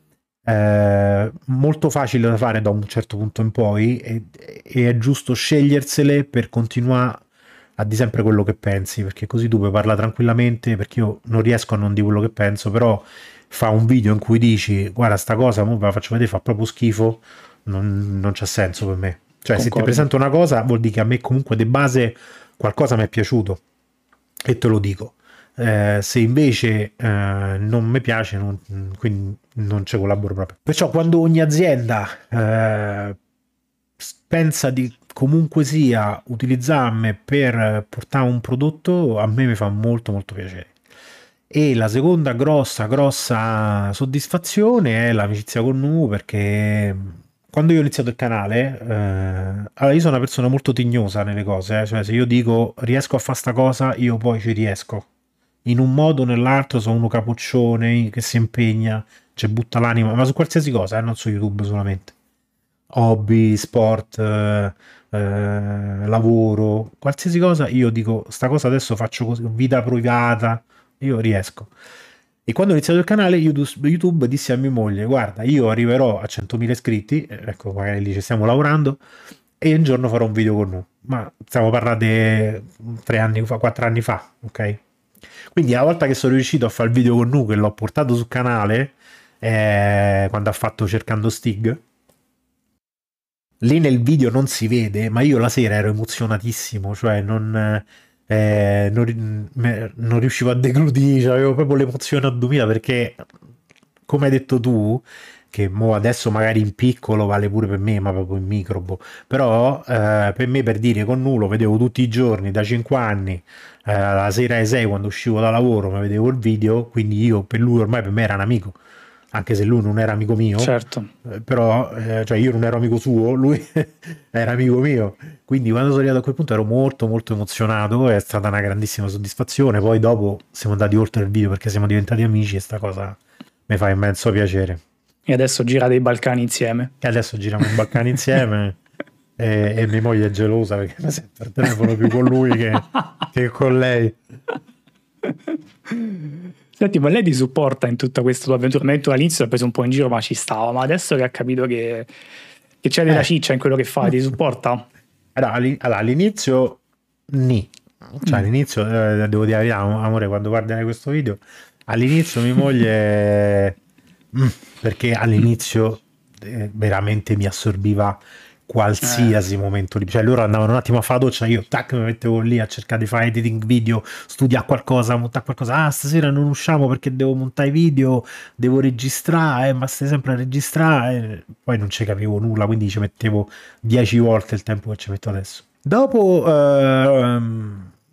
molto facile da fare da un certo punto in poi e è giusto scegliersele per continuare a di sempre quello che pensi, perché così tu puoi parlare tranquillamente, perché io non riesco a non dire quello che penso, però fa un video in cui dici: "Guarda, sta cosa mo ve la faccio vedere, fa proprio schifo", non c'ha senso per me. Cioè, se ti Concordo. presento una cosa vuol dire che a me comunque di base qualcosa mi è piaciuto e te lo dico. Se invece non mi piace, quindi non ci collaboro proprio. Perciò quando ogni azienda pensa di comunque sia utilizzarmi per portare un prodotto, a me mi fa molto molto piacere. E la seconda grossa soddisfazione è l'amicizia con Nu, perché quando io ho iniziato il canale, allora io sono una persona molto tignosa nelle cose, cioè se io dico riesco a fare sta cosa, io poi ci riesco. In un modo o nell'altro sono uno capoccione che si impegna, ci butta l'anima, ma su qualsiasi cosa, non su YouTube solamente. Hobby, sport, lavoro, qualsiasi cosa, io dico sta cosa adesso faccio così, vita privata, io riesco. E quando ho iniziato il canale YouTube dissi a mia moglie: "Guarda, io arriverò a 100.000 iscritti", ecco, magari lì ci stiamo lavorando, "e un giorno farò un video con noi". Ma stiamo parlando di 3 anni fa, 4 anni fa, ok? Quindi la volta che sono riuscito a fare il video con Nu, che l'ho portato sul canale, quando ha fatto Cercando Stig, lì nel video non si vede, ma io la sera ero emozionatissimo, cioè non riuscivo a deglutire, cioè avevo proprio l'emozione a 2000 perché, come hai detto tu, che mo adesso magari in piccolo vale pure per me, ma proprio in microbo, però per me, per dire, con Nu lo vedevo tutti i giorni da 5 anni, la sera alle 6 quando uscivo da lavoro mi vedevo il video, quindi io per lui ormai per me era un amico, anche se lui non era amico mio, Certo. però cioè io non ero amico suo, lui era amico mio, quindi quando sono arrivato a quel punto ero molto molto emozionato, è stata una grandissima soddisfazione. Poi dopo siamo andati oltre il video perché siamo diventati amici e sta cosa mi fa immenso piacere. E adesso girate i Balcani insieme. E adesso giriamo i Balcani insieme e mia moglie è gelosa perché mi sento al telefono più con lui che con lei. Senti, ma lei ti supporta in tutta questa tua avventura? Mi ha detto all'inizio, ha preso un po' in giro, ma ci stava. Ma adesso che ha capito che c'è della ciccia in quello che fai, ti supporta? Allora, all'inizio cioè all'inizio devo dire la verità, amore, quando guarderai questo video, all'inizio mia moglie perché all'inizio veramente mi assorbiva qualsiasi momento lì, cioè loro andavano un attimo a fare la doccia, io tac mi mettevo lì a cercare di fare editing video, studiare qualcosa, montare qualcosa. Stasera non usciamo perché devo montare video, devo registrare, ma stai sempre a registrare, poi non ci capivo nulla, quindi ci mettevo 10 volte il tempo che ci metto adesso. Dopo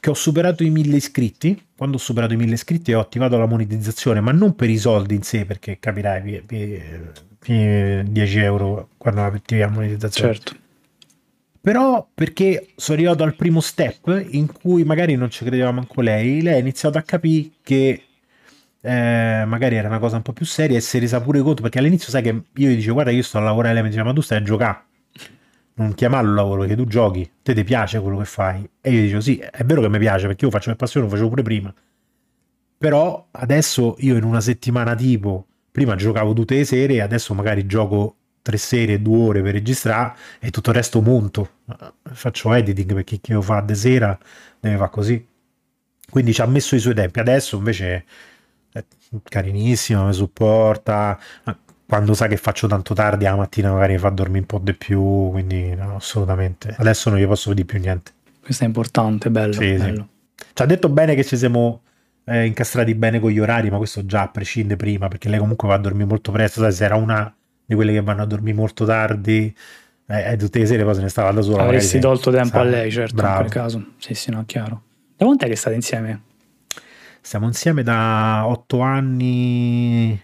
che ho superato i 1000 iscritti. Quando ho superato i 1000 iscritti ho attivato la monetizzazione, ma non per i soldi in sé, perché capirai, 10 euro quando attivi la monetizzazione. Certo. Però perché sono arrivato al primo step in cui magari non ci credeva manco lei ha iniziato a capire che magari era una cosa un po' più seria e si è resa pure conto, perché all'inizio sai che io gli dicevo guarda io sto a lavorare e lei mi diceva ma tu stai a giocare, non chiamarlo lavoro perché tu giochi, te ti piace quello che fai, e io dicevo sì è vero che mi piace perché io lo faccio per passione, lo facevo pure prima, però adesso io in una settimana tipo prima giocavo tutte le sere, adesso magari gioco 3 sere, 2 ore per registrare e tutto il resto monto, faccio editing perché chi lo fa de sera deve fare così, quindi ci ha messo i suoi tempi. Adesso invece è carinissima, mi supporta, quando sa che faccio tanto tardi la mattina magari mi fa dormire un po' di più, quindi no, assolutamente adesso non gli posso dire più niente. Questo è importante, bello, Sì, bello. sì. Ci ha detto bene che ci siamo incastrati bene con gli orari, ma questo già a prescinde prima, perché lei comunque va a dormire molto presto, sai, se era una di quelle che vanno a dormire molto tardi, tutte le sere poi se ne stava da sola. Avresti tolto tempo a lei, certo, bravo. in quel caso. Sì, sì, no, chiaro. Da quant'è che state insieme? Stiamo insieme da 8 anni...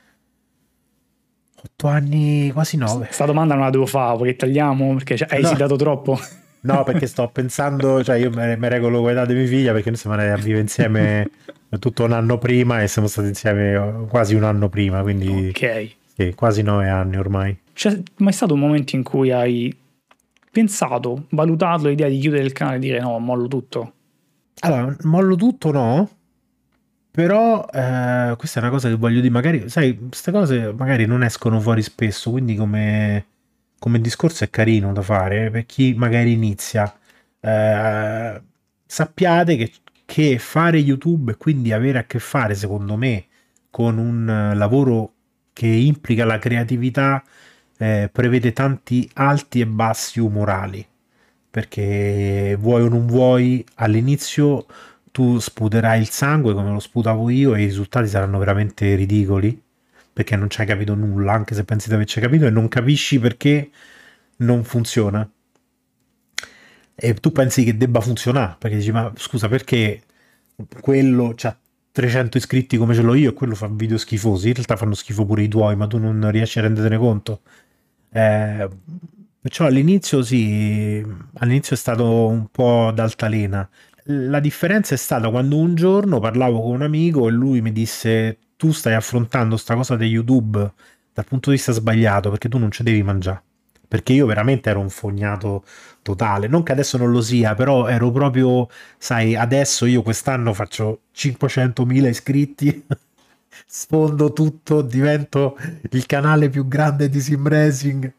8 anni, quasi 9. Sta domanda non la devo fare, perché tagliamo, perché hai esitato troppo. No, perché sto pensando, cioè io mi regolo con l'età di mia figlia, perché noi siamo andati a vivere insieme tutto un anno prima e siamo stati insieme quasi un anno prima, quindi Ok. sì, quasi 9 anni ormai. C'è mai stato un momento in cui hai pensato, valutato l'idea di chiudere il canale e dire no, mollo tutto? Allora, mollo tutto no, però questa è una cosa che voglio dire, magari, sai, queste cose magari non escono fuori spesso, quindi come discorso è carino da fare per chi magari inizia. Sappiate che fare YouTube e quindi avere a che fare, secondo me, con un lavoro che implica la creatività, prevede tanti alti e bassi umorali, perché vuoi o non vuoi, all'inizio tu sputerai il sangue come lo sputavo io e i risultati saranno veramente ridicoli, perché non ci hai capito nulla, anche se pensi di averci capito, e non capisci perché non funziona. E tu pensi che debba funzionare, perché dici ma scusa, perché quello c'ha 300 iscritti come ce l'ho io e quello fa video schifosi, in realtà fanno schifo pure i tuoi, ma tu non riesci a rendertene conto. Perciò all'inizio sì, all'inizio è stato un po' d'altalena. La differenza è stata quando un giorno parlavo con un amico e lui mi disse tu stai affrontando sta cosa di YouTube dal punto di vista sbagliato, perché tu non ci devi mangiare. Perché io veramente ero un fognato totale, non che adesso non lo sia, però ero proprio, sai, adesso io quest'anno faccio 500.000 iscritti, sfondo tutto, divento il canale più grande di sim racing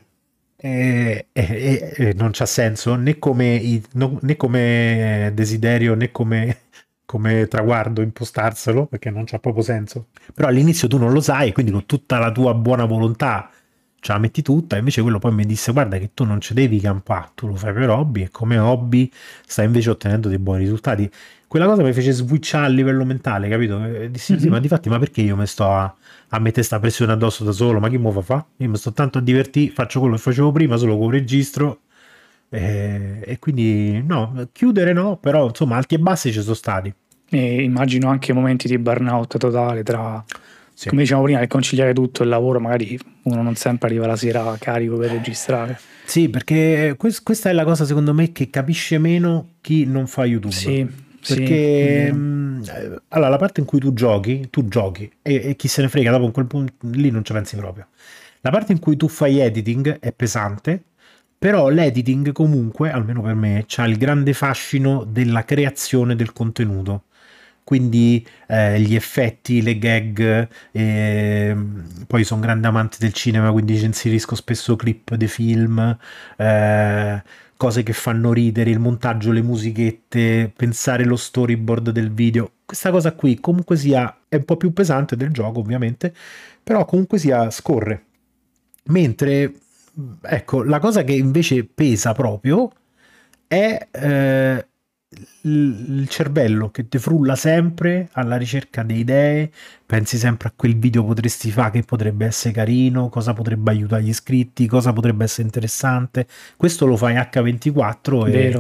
e non c'ha senso né come desiderio né come traguardo impostarselo, perché non c'ha proprio senso. Però all'inizio tu non lo sai, quindi con tutta la tua buona volontà ce la metti tutta, invece quello poi mi disse guarda che tu non ci devi campare, tu lo fai per hobby e come hobby stai invece ottenendo dei buoni risultati. Quella cosa mi fece switchare a livello mentale, capito? E dissi sì, ma difatti ma perché io mi sto a mettere sta pressione addosso da solo, ma chi mo fa? Io mi sto tanto a divertire, faccio quello che facevo prima solo con il registro e quindi no, chiudere no, però insomma alti e bassi ci sono stati. E immagino anche momenti di burnout totale tra... Sì. Come dicevamo prima, che conciliare tutto il lavoro, magari uno non sempre arriva la sera carico per registrare. Sì, perché questa è la cosa secondo me che capisce meno chi non fa YouTube. Sì, perché allora la parte in cui tu giochi e chi se ne frega, dopo in quel punto lì non ci pensi proprio. La parte in cui tu fai editing è pesante, però l'editing comunque, almeno per me, c'ha il grande fascino della creazione del contenuto. Quindi gli effetti, le gag, poi sono grande amante del cinema, quindi ci inserisco spesso clip dei film, cose che fanno ridere, il montaggio, le musichette, pensare lo storyboard del video. Questa cosa qui comunque sia è un po' più pesante del gioco ovviamente, però comunque sia scorre. Mentre ecco, la cosa che invece pesa proprio è il cervello che ti frulla sempre alla ricerca di idee, pensi sempre a quel video potresti fare che potrebbe essere carino, cosa potrebbe aiutare gli iscritti, cosa potrebbe essere interessante. Questo lo fai H24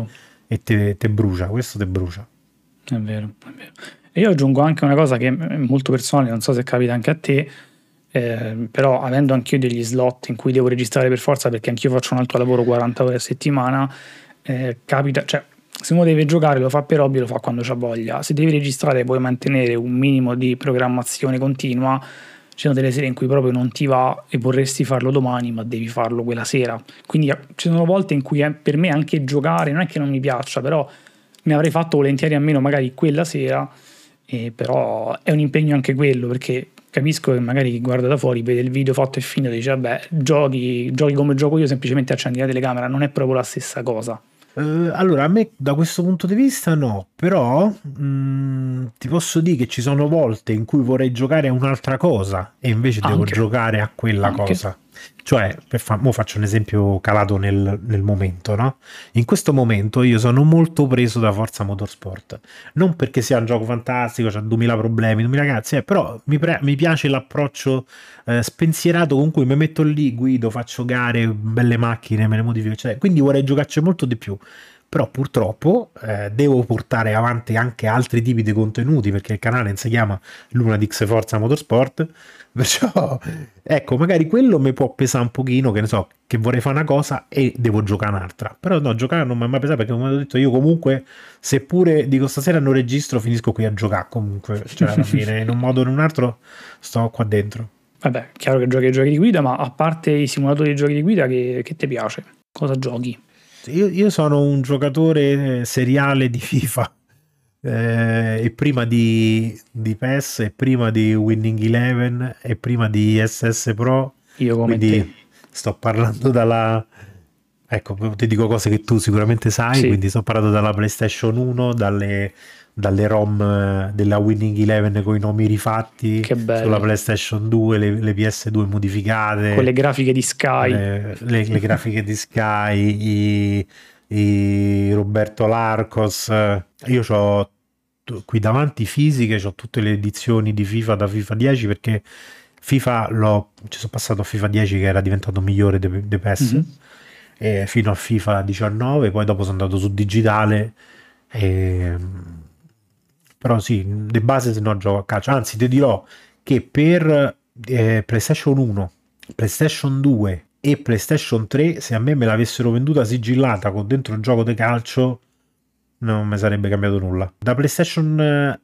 e te brucia, questo te brucia. È vero, è vero. E io aggiungo anche una cosa che è molto personale, non so se capita anche a te, però avendo anch'io degli slot in cui devo registrare per forza perché anch'io faccio un altro lavoro 40 ore a settimana, capita, cioè se uno deve giocare lo fa per hobby, lo fa quando c'ha voglia. Se devi registrare e puoi mantenere un minimo di programmazione continua, ci sono delle sere in cui proprio non ti va e vorresti farlo domani, ma devi farlo quella sera. Quindi ci sono volte in cui per me anche giocare non è che non mi piaccia, però ne avrei fatto volentieri a meno magari quella sera, però è un impegno anche quello, perché capisco che magari chi guarda da fuori vede il video fatto e finito e dice vabbè, giochi come gioco io, semplicemente accendi la telecamera, non è proprio la stessa cosa. Allora, a me da questo punto di vista no, però ti posso dire che ci sono volte in cui vorrei giocare a un'altra cosa e invece devo giocare a quella cosa. Cioè, mo faccio un esempio calato nel momento, no? In questo momento io sono molto preso da Forza Motorsport, non perché sia un gioco fantastico, c'ha 2000 problemi, 2000 cazzi, però mi piace l'approccio spensierato con cui mi metto lì, guido, faccio gare, belle macchine, me le modifico, cioè, quindi vorrei giocarci molto di più. Però purtroppo devo portare avanti anche altri tipi di contenuti perché il canale si chiama Lunadix Forza Motorsport, perciò ecco, magari quello mi può pesare un pochino, che ne so, che vorrei fare una cosa e devo giocare un'altra, però no, giocare non mi è mai pesato perché come ho detto io comunque, seppure dico stasera non registro, finisco qui a giocare comunque, cioè alla fine in un modo o in un altro sto qua dentro. Vabbè, chiaro che giochi ai giochi di guida, ma a parte i simulatori di giochi di guida, che ti piace? Cosa giochi? Io sono un giocatore seriale di FIFA e prima di PES e prima di Winning Eleven e prima di SS Pro. Io come quindi te. Sto parlando dalla... Ecco, ti dico cose che tu sicuramente sai, sì. Quindi sto parlando dalla PlayStation 1, dalle ROM della Winning Eleven con i nomi rifatti, sulla PlayStation 2, le PS2 modificate, con le grafiche di Sky, le grafiche di Sky, i Roberto Larcos. Io ho qui davanti fisiche, ho tutte le edizioni di FIFA da FIFA 10 perché FIFA ci sono passato a FIFA 10 che era diventato migliore dei PES. Fino a FIFA 19, poi dopo sono andato su digitale, però sì, di base se no gioco a calcio, anzi ti dirò che per PlayStation 1, PlayStation 2 e PlayStation 3, se a me l'avessero venduta sigillata con dentro il gioco di calcio non mi sarebbe cambiato nulla. Da PlayStation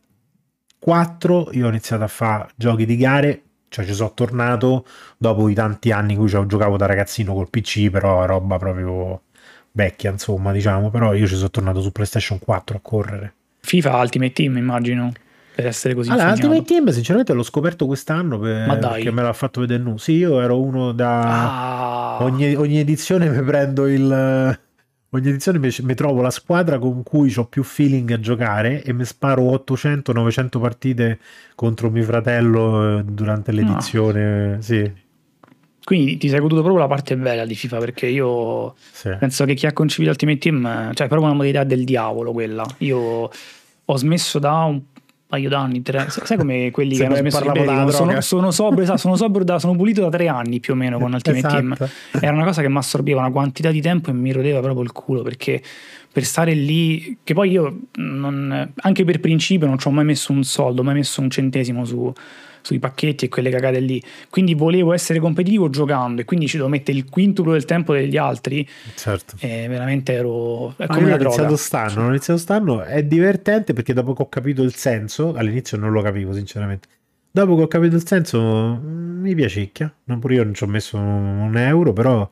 4 io ho iniziato a fare giochi di gare, cioè ci sono tornato dopo i tanti anni in cui giocavo da ragazzino col PC, però roba proprio vecchia insomma, diciamo, però io ci sono tornato su PlayStation 4 a correre. FIFA Ultimate Team immagino, per essere così allora, Ultimate Team sinceramente l'ho scoperto quest'anno perché me l'ha fatto vedere nu. Sì, io ero uno da... Ogni edizione mi prendo ogni edizione mi trovo la squadra con cui ho più feeling a giocare e mi sparo 800-900 partite contro mio fratello durante l'edizione. Sì. Quindi ti sei goduto proprio la parte bella di FIFA, perché io penso che chi ha concepito Ultimate Team, cioè è proprio una modalità del diavolo quella. Io ho smesso da un paio d'anni, sai come quelli che hanno smesso di bere, sono sobrio, sono pulito da 3 anni più o meno con Ultimate Team. Era una cosa che mi assorbiva una quantità di tempo e mi rodeva proprio il culo, perché per stare lì, che poi io anche per principio non ci ho mai messo un soldo, mai messo un centesimo sui pacchetti e quelle cagate lì, quindi volevo essere competitivo giocando e quindi ci devo mettere il quintuplo del tempo degli altri, certo. E veramente ero come una droga. Ho iniziato stanno, è divertente perché dopo che ho capito il senso, all'inizio non lo capivo sinceramente, dopo che ho capito il senso mi piacicchia, pure io non ci ho messo un euro, però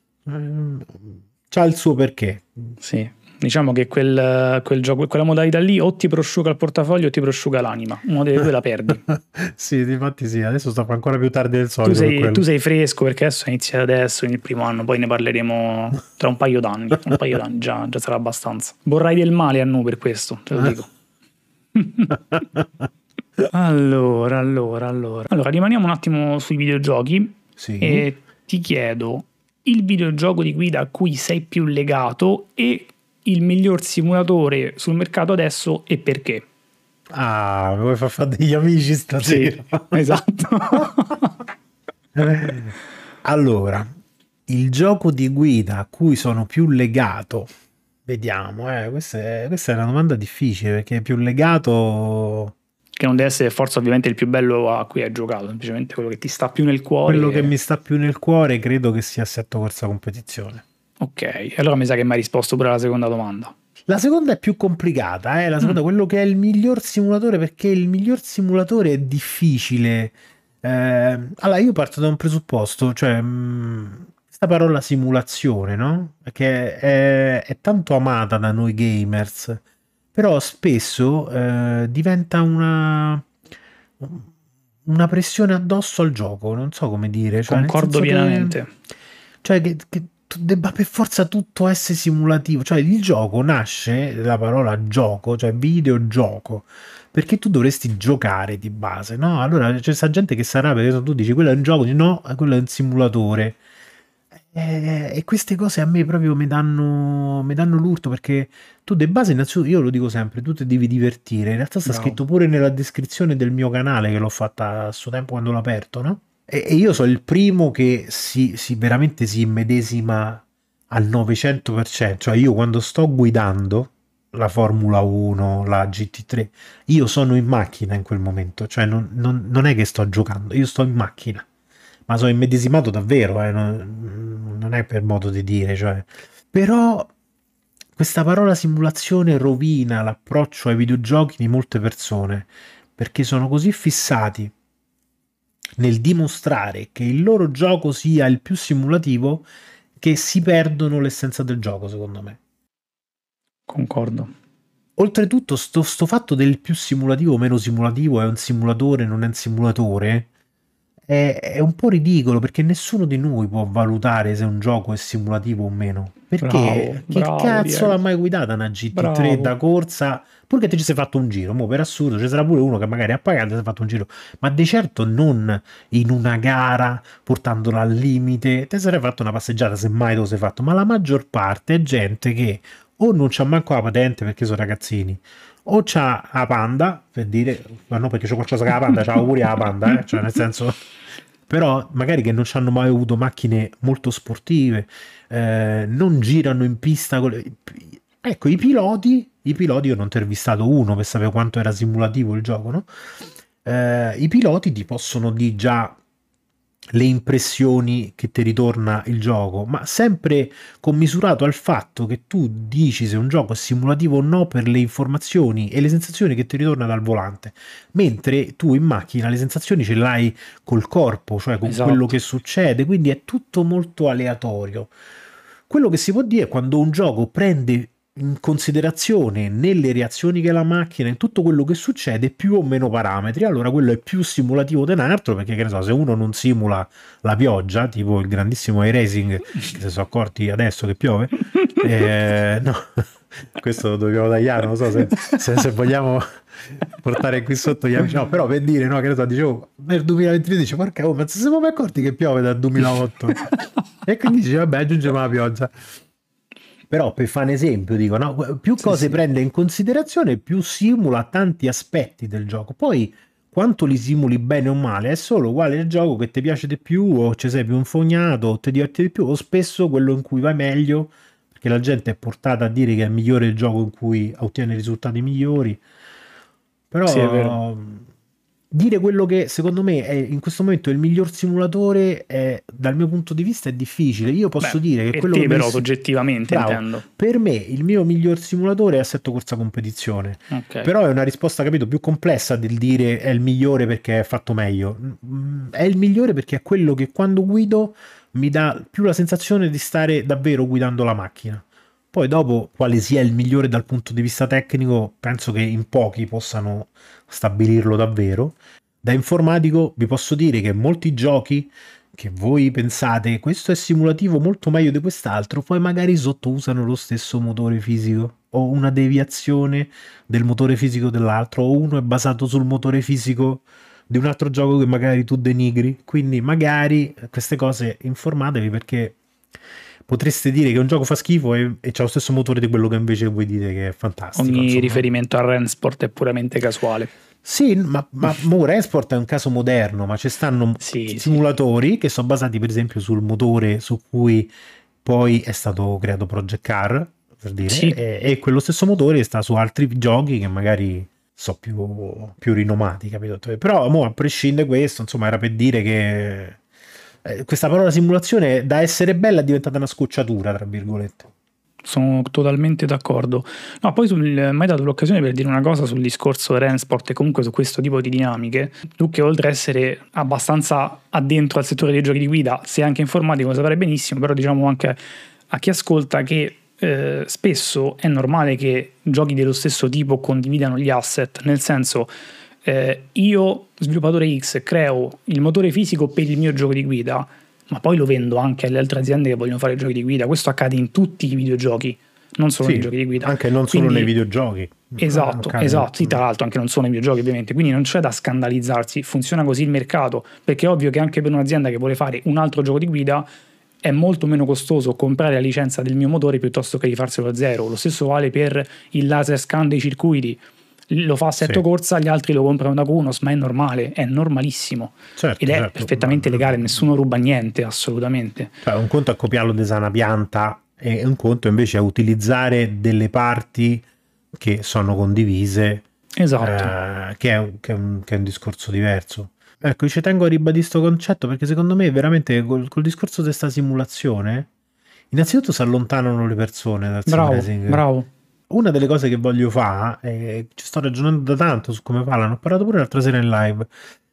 c'ha il suo perché. Sì. Diciamo che quel gioco, quella modalità lì o ti prosciuga il portafoglio o ti prosciuga l'anima, una delle due la perdi. Sì, infatti sì, adesso sto ancora più tardi del solito. Tu sei fresco perché adesso inizia adesso, il primo anno, poi ne parleremo tra un paio d'anni, già sarà abbastanza. Vorrai del male a noi per questo, te lo dico. Allora, rimaniamo un attimo sui videogiochi, sì. E ti chiedo il videogioco di guida a cui sei più legato e il miglior simulatore sul mercato adesso e perché? Mi vuoi far fare degli amici stasera? Sì, esatto. Allora, il gioco di guida a cui sono più legato Vediamo, questa è una domanda difficile perché è più legato. Che non deve essere forse ovviamente il più bello a cui hai giocato, semplicemente quello che ti sta più nel Quello che cuore. mi sta più nel cuore credo che sia Assetto Corsa Competizione. Ok, allora mi sa che mi hai risposto pure alla seconda domanda. La seconda è più complicata, la seconda, quello che è il miglior simulatore, perché il miglior simulatore è difficile. Allora, io parto da un presupposto, cioè, questa parola simulazione, no? Che è tanto amata da noi gamers, però spesso diventa una pressione addosso al gioco, non so come dire, cioè nel Concordo senso pienamente. che debba per forza tutto essere simulativo, cioè il gioco nasce dalla parola gioco, cioè videogioco, perché tu dovresti giocare di base, no? Allora c'è sta gente che sarà, perché tu dici quello è un gioco, dici, no, quello è un simulatore. E queste cose a me proprio mi danno l'urto perché tu de base innanzitutto, io lo dico sempre, tu ti devi divertire. In realtà sta Bravo. scritto pure nella descrizione del mio canale che l'ho fatta a suo tempo quando l'ho aperto, no? E io sono il primo che veramente si immedesima al 900%. Cioè io quando sto guidando la Formula 1, la GT3, io sono in macchina in quel momento. Cioè non è che sto giocando, io sto in macchina. Ma sono immedesimato davvero, non è per modo di dire, cioè. Però questa parola simulazione rovina l'approccio ai videogiochi di molte persone, perché sono così fissati nel dimostrare che il loro gioco sia il più simulativo che si perdono l'essenza del gioco, secondo me. Concordo. Oltretutto, sto fatto del più simulativo o meno simulativo, è un simulatore, non è un simulatore, è un po' ridicolo perché nessuno di noi può valutare se un gioco è simulativo o meno. Bravo, Perché chi bravo cazzo l'ha Diego. mai guidata una GT3 da Bravo. corsa? Pur che te ci sei fatto un giro, mo per assurdo ci sarà pure uno che magari ha pagato e si è fatto un giro, ma di certo non in una gara portandola al limite. Te sarei fatto una passeggiata se mai te lo sei fatto, ma la maggior parte è gente che o non c'ha manco la patente perché sono ragazzini, o c'ha la Panda, per dire, ma no perché c'è qualcosa che la Panda, c'ha pure la Panda, cioè nel senso, però magari che non ci hanno mai avuto macchine molto sportive, non girano in pista ecco, i piloti io non ti ho intervistato uno per sapere quanto era simulativo il gioco, no? I piloti ti possono dire già le impressioni che ti ritorna il gioco, ma sempre commisurato al fatto che tu dici se un gioco è simulativo o no per le informazioni e le sensazioni che ti ritorna dal volante, mentre tu in macchina le sensazioni ce l'hai col corpo, cioè con quello Esatto. che succede, quindi è tutto molto aleatorio. Quello che si può dire è quando un gioco prende in considerazione nelle reazioni che la macchina, in tutto quello che succede, più o meno parametri, allora quello è più simulativo di un altro, perché che ne so, se uno non simula la pioggia, tipo il grandissimo iRacing, che si sono accorti adesso che piove, no, questo lo dobbiamo tagliare, non so se vogliamo portare qui sotto gli amici, no, però per dire, no, che ne so, dicevo, nel 2023 dice, porca, ma se siamo mai accorti che piove dal 2008? E quindi dice, vabbè, aggiungiamo la pioggia. Però per fare un esempio, dico, no? Più Sì, cose sì. prende in considerazione, più simula tanti aspetti del gioco. Poi quanto li simuli bene o male è solo quale il gioco che ti piace di più, o ci sei più infognato, o ti diverti di più, o spesso quello in cui vai meglio, perché la gente è portata a dire che è migliore il gioco in cui ottiene risultati migliori. Sì, è vero. Però dire quello che secondo me è in questo momento il miglior simulatore dal mio punto di vista è difficile. Io Beh, posso dire che per quello che te mi però soggettivamente bravo, intendo. per me il mio miglior simulatore è Assetto Corsa Competizione. Ok. Però è una risposta, capito, più complessa del dire è il migliore perché è fatto meglio. È il migliore perché è quello che quando guido mi dà più la sensazione di stare davvero guidando la macchina. Poi dopo, quale sia il migliore dal punto di vista tecnico, penso che in pochi possano stabilirlo davvero. Da informatico vi posso dire che molti giochi che voi pensate questo è simulativo molto meglio di quest'altro, poi magari sotto usano lo stesso motore fisico o una deviazione del motore fisico dell'altro, o uno è basato sul motore fisico di un altro gioco che magari tu denigri. Quindi magari queste cose informatevi, perché potreste dire che un gioco fa schifo e c'ha lo stesso motore di quello che invece voi dite che è fantastico, Ogni insomma. riferimento a Rensport è puramente casuale. Sì, ma Rensport è un caso moderno, ma ci stanno Sì, sì. simulatori che sono basati per esempio sul motore su cui poi è stato creato Project Car, per dire, Sì. e quello stesso motore sta su altri giochi che magari so più rinomati, capito? Però mo, a prescindere questo, insomma, era per dire che questa parola simulazione da essere bella è diventata una scocciatura, tra virgolette. Sono totalmente d'accordo. No, poi mi hai dato l'occasione per dire una cosa sul discorso Rensport e comunque su questo tipo di dinamiche. Tu che oltre a essere abbastanza addentro al settore dei giochi di guida, sei anche informatico, lo saprai benissimo, però diciamo anche a chi ascolta che spesso è normale che giochi dello stesso tipo condividano gli asset, nel senso io sviluppatore X creo il motore fisico per il mio gioco di guida, ma poi lo vendo anche alle altre aziende che vogliono fare giochi di guida. Questo accade in tutti i videogiochi, non solo nei giochi di guida. Anche non solo nei videogiochi. Esatto, sì, tra l'altro anche non solo nei videogiochi ovviamente, quindi non c'è da scandalizzarsi, funziona così il mercato, perché è ovvio che anche per un'azienda che vuole fare un altro gioco di guida è molto meno costoso comprare la licenza del mio motore piuttosto che rifarselo da zero. Lo stesso vale per il laser scan dei circuiti. Lo fa assetto corsa, gli altri lo comprano da Kunos, ma è normale, è normalissimo. Certo, ed è perfettamente legale, nessuno ruba niente, assolutamente. Cioè, un conto è copiarlo da una pianta e un conto invece è utilizzare delle parti che sono condivise, esatto. che è un discorso diverso. Ecco, ci tengo a ribadire questo concetto perché secondo me veramente col discorso di questa simulazione innanzitutto si allontanano le persone dal sim racing. Bravo. Una delle cose che voglio fare, ci sto ragionando da tanto su come farla, ne ho parlato pure l'altra sera in live.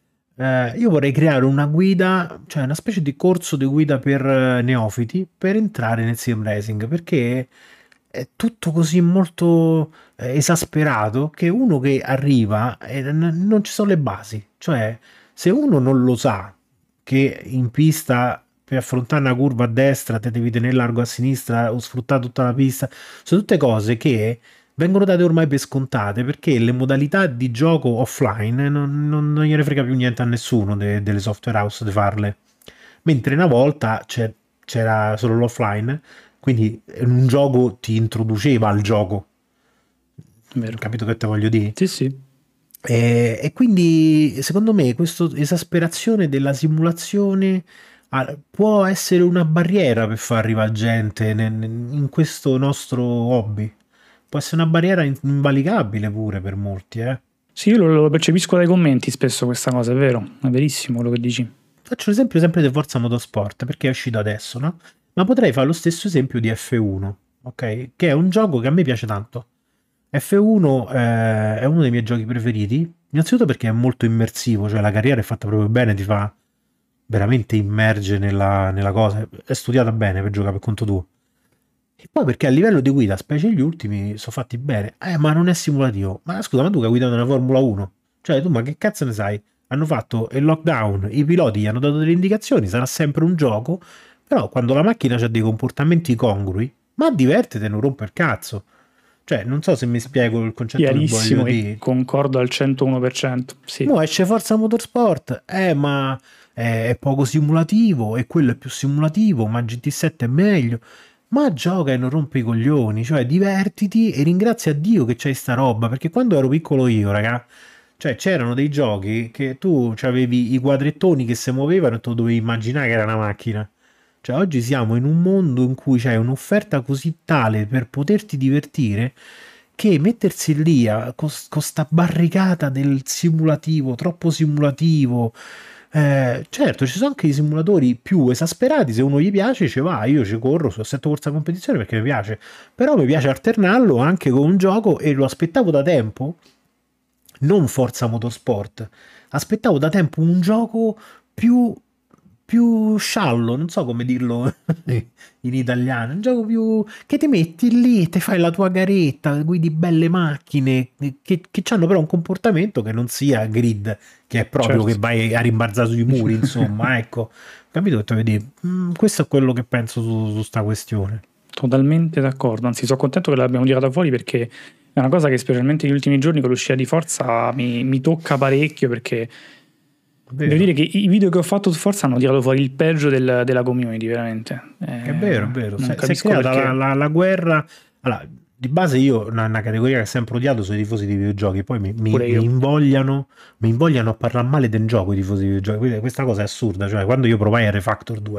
Io vorrei creare una guida, cioè una specie di corso di guida per neofiti per entrare nel sim racing, perché è tutto così molto esasperato che uno che arriva non ci sono le basi. Cioè, se uno non lo sa che in pista per affrontare una curva a destra te devi tenere largo a sinistra o sfruttare tutta la pista, sono tutte cose che vengono date ormai per scontate, perché le modalità di gioco offline non gliene frega più niente a nessuno delle software house di farle, mentre una volta c'era solo l'offline, quindi un gioco ti introduceva al gioco. Vero. Capito che te voglio dire? Sì. E quindi secondo me questa esasperazione della simulazione può essere una barriera per far arrivare gente in questo nostro hobby. Può essere una barriera invalicabile pure per molti, eh. Sì, io lo percepisco dai commenti spesso questa cosa, è vero, è verissimo quello che dici. Faccio l'esempio sempre di Forza Motorsport, perché è uscito adesso, no? Ma potrei fare lo stesso esempio di F1, ok? Che è un gioco che a me piace tanto. F1 è uno dei miei giochi preferiti, innanzitutto perché è molto immersivo, cioè la carriera è fatta proprio bene, ti fa veramente immerge nella cosa, è studiata bene per giocare per conto tuo. E poi perché a livello di guida, specie gli ultimi, sono fatti bene. Ma non è simulativo. Ma scusa, ma tu che hai guidato una Formula 1? Cioè, tu ma che cazzo ne sai? Hanno fatto il lockdown, i piloti gli hanno dato delle indicazioni, sarà sempre un gioco, però quando la macchina ha dei comportamenti congrui, ma divertite, non rompe il cazzo. Cioè, non so se mi spiego il concetto che voglio dire. Concordo al 101%. Sì. Mo esce Forza Motorsport, ma è poco simulativo, e quello è più simulativo, ma GT7 è meglio. Ma gioca e non rompi i coglioni, cioè divertiti e ringrazia Dio che c'hai sta roba, perché quando ero piccolo io, raga, cioè c'erano dei giochi che tu avevi i quadrettoni che si muovevano e tu dovevi immaginare che era una macchina. Cioè oggi siamo in un mondo in cui c'è un'offerta così tale per poterti divertire che mettersi lì con sta barricata del simulativo, troppo simulativo. Certo, ci sono anche i simulatori più esasperati, se uno gli piace ci va, io ci corro su assetto corsa competizione perché mi piace, però mi piace alternarlo anche con un gioco e lo aspettavo da tempo, non Forza Motorsport, aspettavo da tempo un gioco più sciallo, non so come dirlo in italiano, un gioco più che ti metti lì, ti fai la tua garetta, guidi belle macchine che hanno però un comportamento che non sia grid, che è proprio che vai a rimbalzare sui muri, insomma, ecco, capito che vedi? Questo è quello che penso su sta questione. Totalmente d'accordo, anzi sono contento che l'abbiamo tirata fuori perché è una cosa che specialmente negli ultimi giorni con l'uscita di Forza mi tocca parecchio, perché devo dire che i video che ho fatto su Forza hanno tirato fuori il peggio della community, veramente. È vero. Si è creata la guerra. Allora, di base io una categoria che ho sempre odiato sono i tifosi di videogiochi, poi mi invogliano a parlare male del gioco i tifosi di videogiochi. Questa cosa è assurda, cioè quando io provai a Refactor 2, no?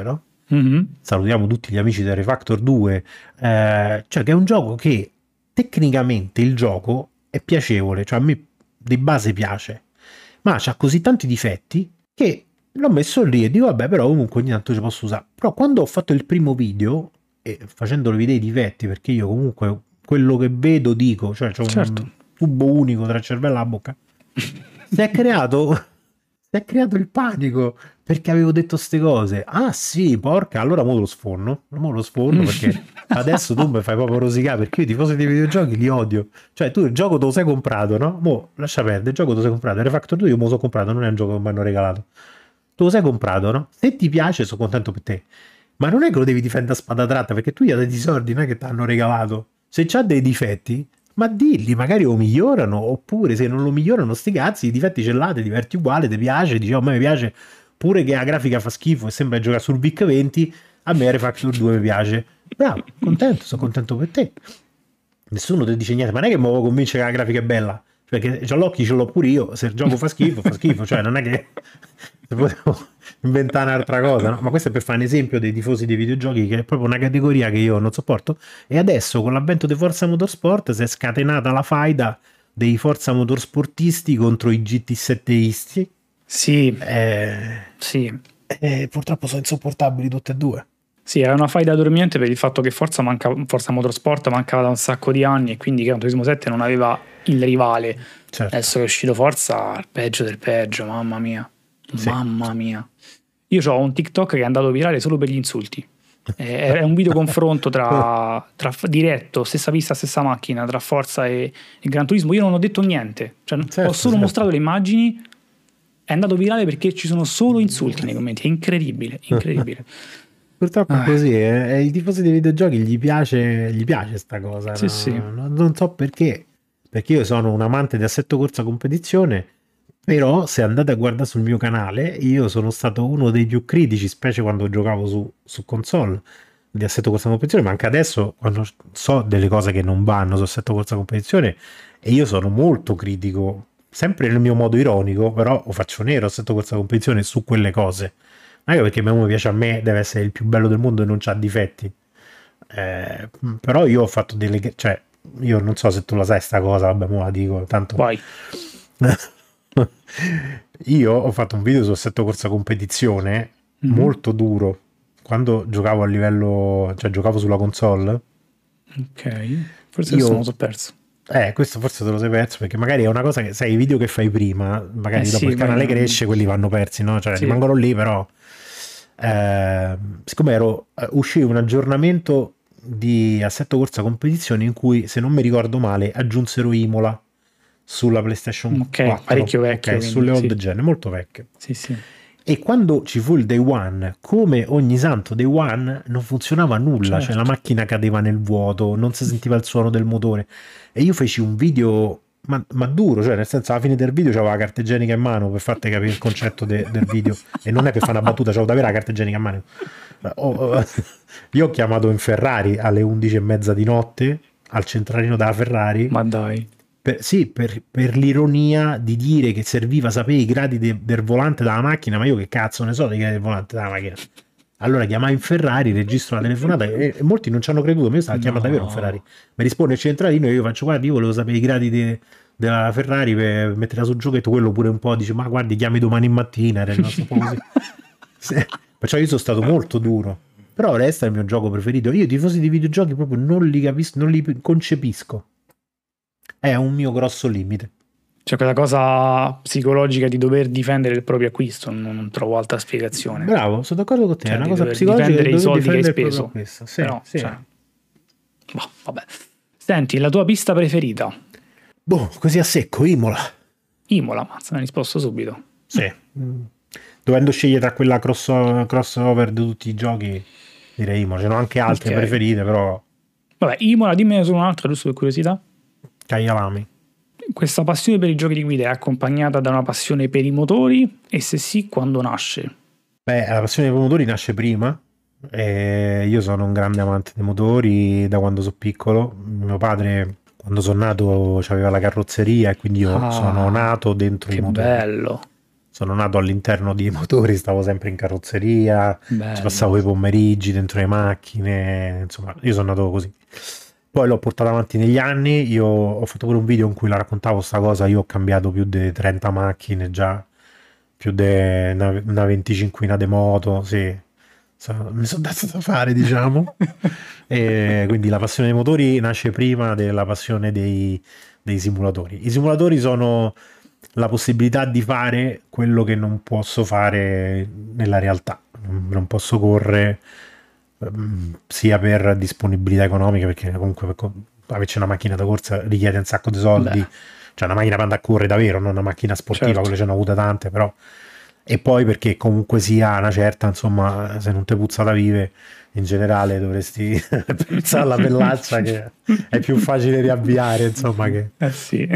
salutiamo tutti gli amici del Refactor 2, cioè che è un gioco che tecnicamente il gioco è piacevole, cioè a me di base piace, ma c'ha così tanti difetti che l'ho messo lì e dico vabbè, però comunque ogni tanto ci posso usare. Però quando ho fatto il primo video, e facendolo vedere i difetti, perché io comunque quello che vedo dico, cioè c'ho un tubo unico tra il cervello e la bocca, si è creato il panico perché avevo detto ste cose. Ah sì, porca, allora mo lo sforno perché adesso tu mi fai proprio rosicare, perché io i tifosi dei videogiochi li odio. Cioè tu il gioco te lo sei comprato, no? Mo lascia perdere, il gioco te lo sei comprato, il Refactor 2 io me lo so comprato, non è un gioco che mi hanno regalato. Tu lo sei comprato, no? Se ti piace sono contento per te, ma non è che lo devi difendere a spada tratta, perché tu gli hai dei soldi, non è che ti hanno regalato. Se c'ha dei difetti, ma dilli, magari lo migliorano, oppure se non lo migliorano sti cazzi, i difetti ce l'ha, ti diverti uguale, ti piace, dici, a me mi piace pure che la grafica fa schifo e sembra giocare sul VIC 20, a me Refactor 2 mi piace. Bravo, contento, sono contento per te. Nessuno ti dice niente, ma non è che mi vuoi convincere che la grafica è bella, perché c'ho l'occhio, ce l'ho pure io, se il gioco fa schifo, cioè non è che potevo inventare un'altra cosa, no? Ma questo è per fare un esempio dei tifosi dei videogiochi, che è proprio una categoria che io non sopporto. E adesso con l'avvento di Forza Motorsport si è scatenata la faida dei Forza Motorsportisti contro i GT7isti. Sì, Purtroppo sono insopportabili tutte e due. Sì, era una faida dormiente per il fatto che Forza Motorsport mancava da un sacco di anni e quindi Gran Turismo 7 non aveva il rivale. Certo. Adesso che è uscito Forza, il peggio del peggio, mamma mia. Sì. Mamma mia. Io ho un TikTok che è andato virale solo per gli insulti. È un video confronto tra diretto, stessa vista, stessa macchina, tra Forza e Gran Turismo. Io non ho detto niente, cioè, ho solo mostrato le immagini. È andato virale perché ci sono solo insulti nei commenti. È incredibile, incredibile. Purtroppo è così, ai tifosi dei videogiochi gli piace sta cosa. Sì, no? sì. Non so perché io sono un amante di assetto corsa competizione, però se andate a guardare sul mio canale io sono stato uno dei più critici, specie quando giocavo su console di assetto corsa competizione, ma anche adesso quando so delle cose che non vanno su assetto corsa competizione, e io sono molto critico, sempre nel mio modo ironico, però lo faccio nero assetto corsa competizione su quelle cose. Anche perché uno piace a me, deve essere il più bello del mondo e non c'ha difetti. Però io ho fatto delle... Cioè, io non so se tu la sai sta cosa, vabbè, mo la dico, tanto... Vai. Io ho fatto un video su assetto corsa competizione molto duro, quando giocavo a livello... Cioè, giocavo sulla console. Ok, forse io... me lo so perso. Questo forse te lo sei perso, perché magari è una cosa che, sai, i video che fai prima, magari dopo il canale cresce, quelli vanno persi, no? Cioè, rimangono lì, però... siccome uscì un aggiornamento di assetto corsa competizione in cui, se non mi ricordo male, aggiunsero Imola sulla PlayStation 4, parecchio vecchio, sulle old gen, molto vecchio. Sì. E quando ci fu il Day One, come ogni santo Day One, non funzionava nulla, cioè la macchina cadeva nel vuoto, non si sentiva il suono del motore, e io feci un video ma duro, cioè nel senso alla fine del video c'avevo la carta igienica in mano per farti capire il concetto del video, e non è per fare una battuta, c'avevo davvero la carta igienica in mano. Io ho chiamato in Ferrari alle 11:30 di notte al centralino della Ferrari, ma dai, per l'ironia di dire che serviva sapere i gradi del volante della macchina, ma io che cazzo ne so dei gradi del volante della macchina. Allora chiamai in Ferrari, registro la telefonata e molti non ci hanno creduto, ma io stavo chiamando davvero in Ferrari. Mi risponde il centralino e io faccio, guardi, io volevo sapere i gradi della Ferrari per metterla sul giochetto. Quello pure un po' dice, ma guardi, chiami domani mattina, era il nostro po' così. Perciò io sono stato molto duro, però resta il mio gioco preferito. Io i tifosi di videogiochi proprio non li capisco, non li concepisco. È un mio grosso limite. Cioè quella cosa psicologica di dover difendere il proprio acquisto, non trovo altra spiegazione. Bravo, sono d'accordo con te, cioè, è una cosa psicologica, difendere i soldi che hai speso. Sì, però, sì. Cioè... vabbè. Senti, la tua pista preferita? Boh, così a secco, Imola, mazza, mi hai risposto subito. Sì. Dovendo scegliere tra quella crossover di tutti i giochi, direi Imola. Ce n'ho anche altre preferite, però... Vabbè, Imola, dimmene solo un'altra, giusto per curiosità. Kyalami. Questa passione per i giochi di guida è accompagnata da una passione per i motori? E se sì, quando nasce? Beh, la passione per i motori nasce prima. Io sono un grande amante dei motori da quando sono piccolo. Mio padre, quando sono nato, aveva la carrozzeria e quindi io sono nato dentro i motori. Che bello! sono nato all'interno di motori, stavo sempre in carrozzeria, ci passavo i pomeriggi dentro le macchine, insomma, io sono nato così. Poi l'ho portato avanti negli anni, io ho fatto pure un video in cui la raccontavo sta cosa, io ho cambiato più di 30 macchine già, più di una 25 di moto, sì. Mi sono dato da fare, diciamo. E quindi la passione dei motori nasce prima della passione dei simulatori. I simulatori sono la possibilità di fare quello che non posso fare nella realtà. Non posso correre sia per disponibilità economica, perché comunque averci una macchina da corsa richiede un sacco di soldi. Beh. Cioè una macchina per andare a correre davvero, non una macchina sportiva, certo. Quelle ce ne ho avute tante, però. E poi perché comunque sia una certa, insomma, se non te puzza da vive, in generale dovresti pensare alla pellaccia, che è più facile riavviare, insomma, che... sì.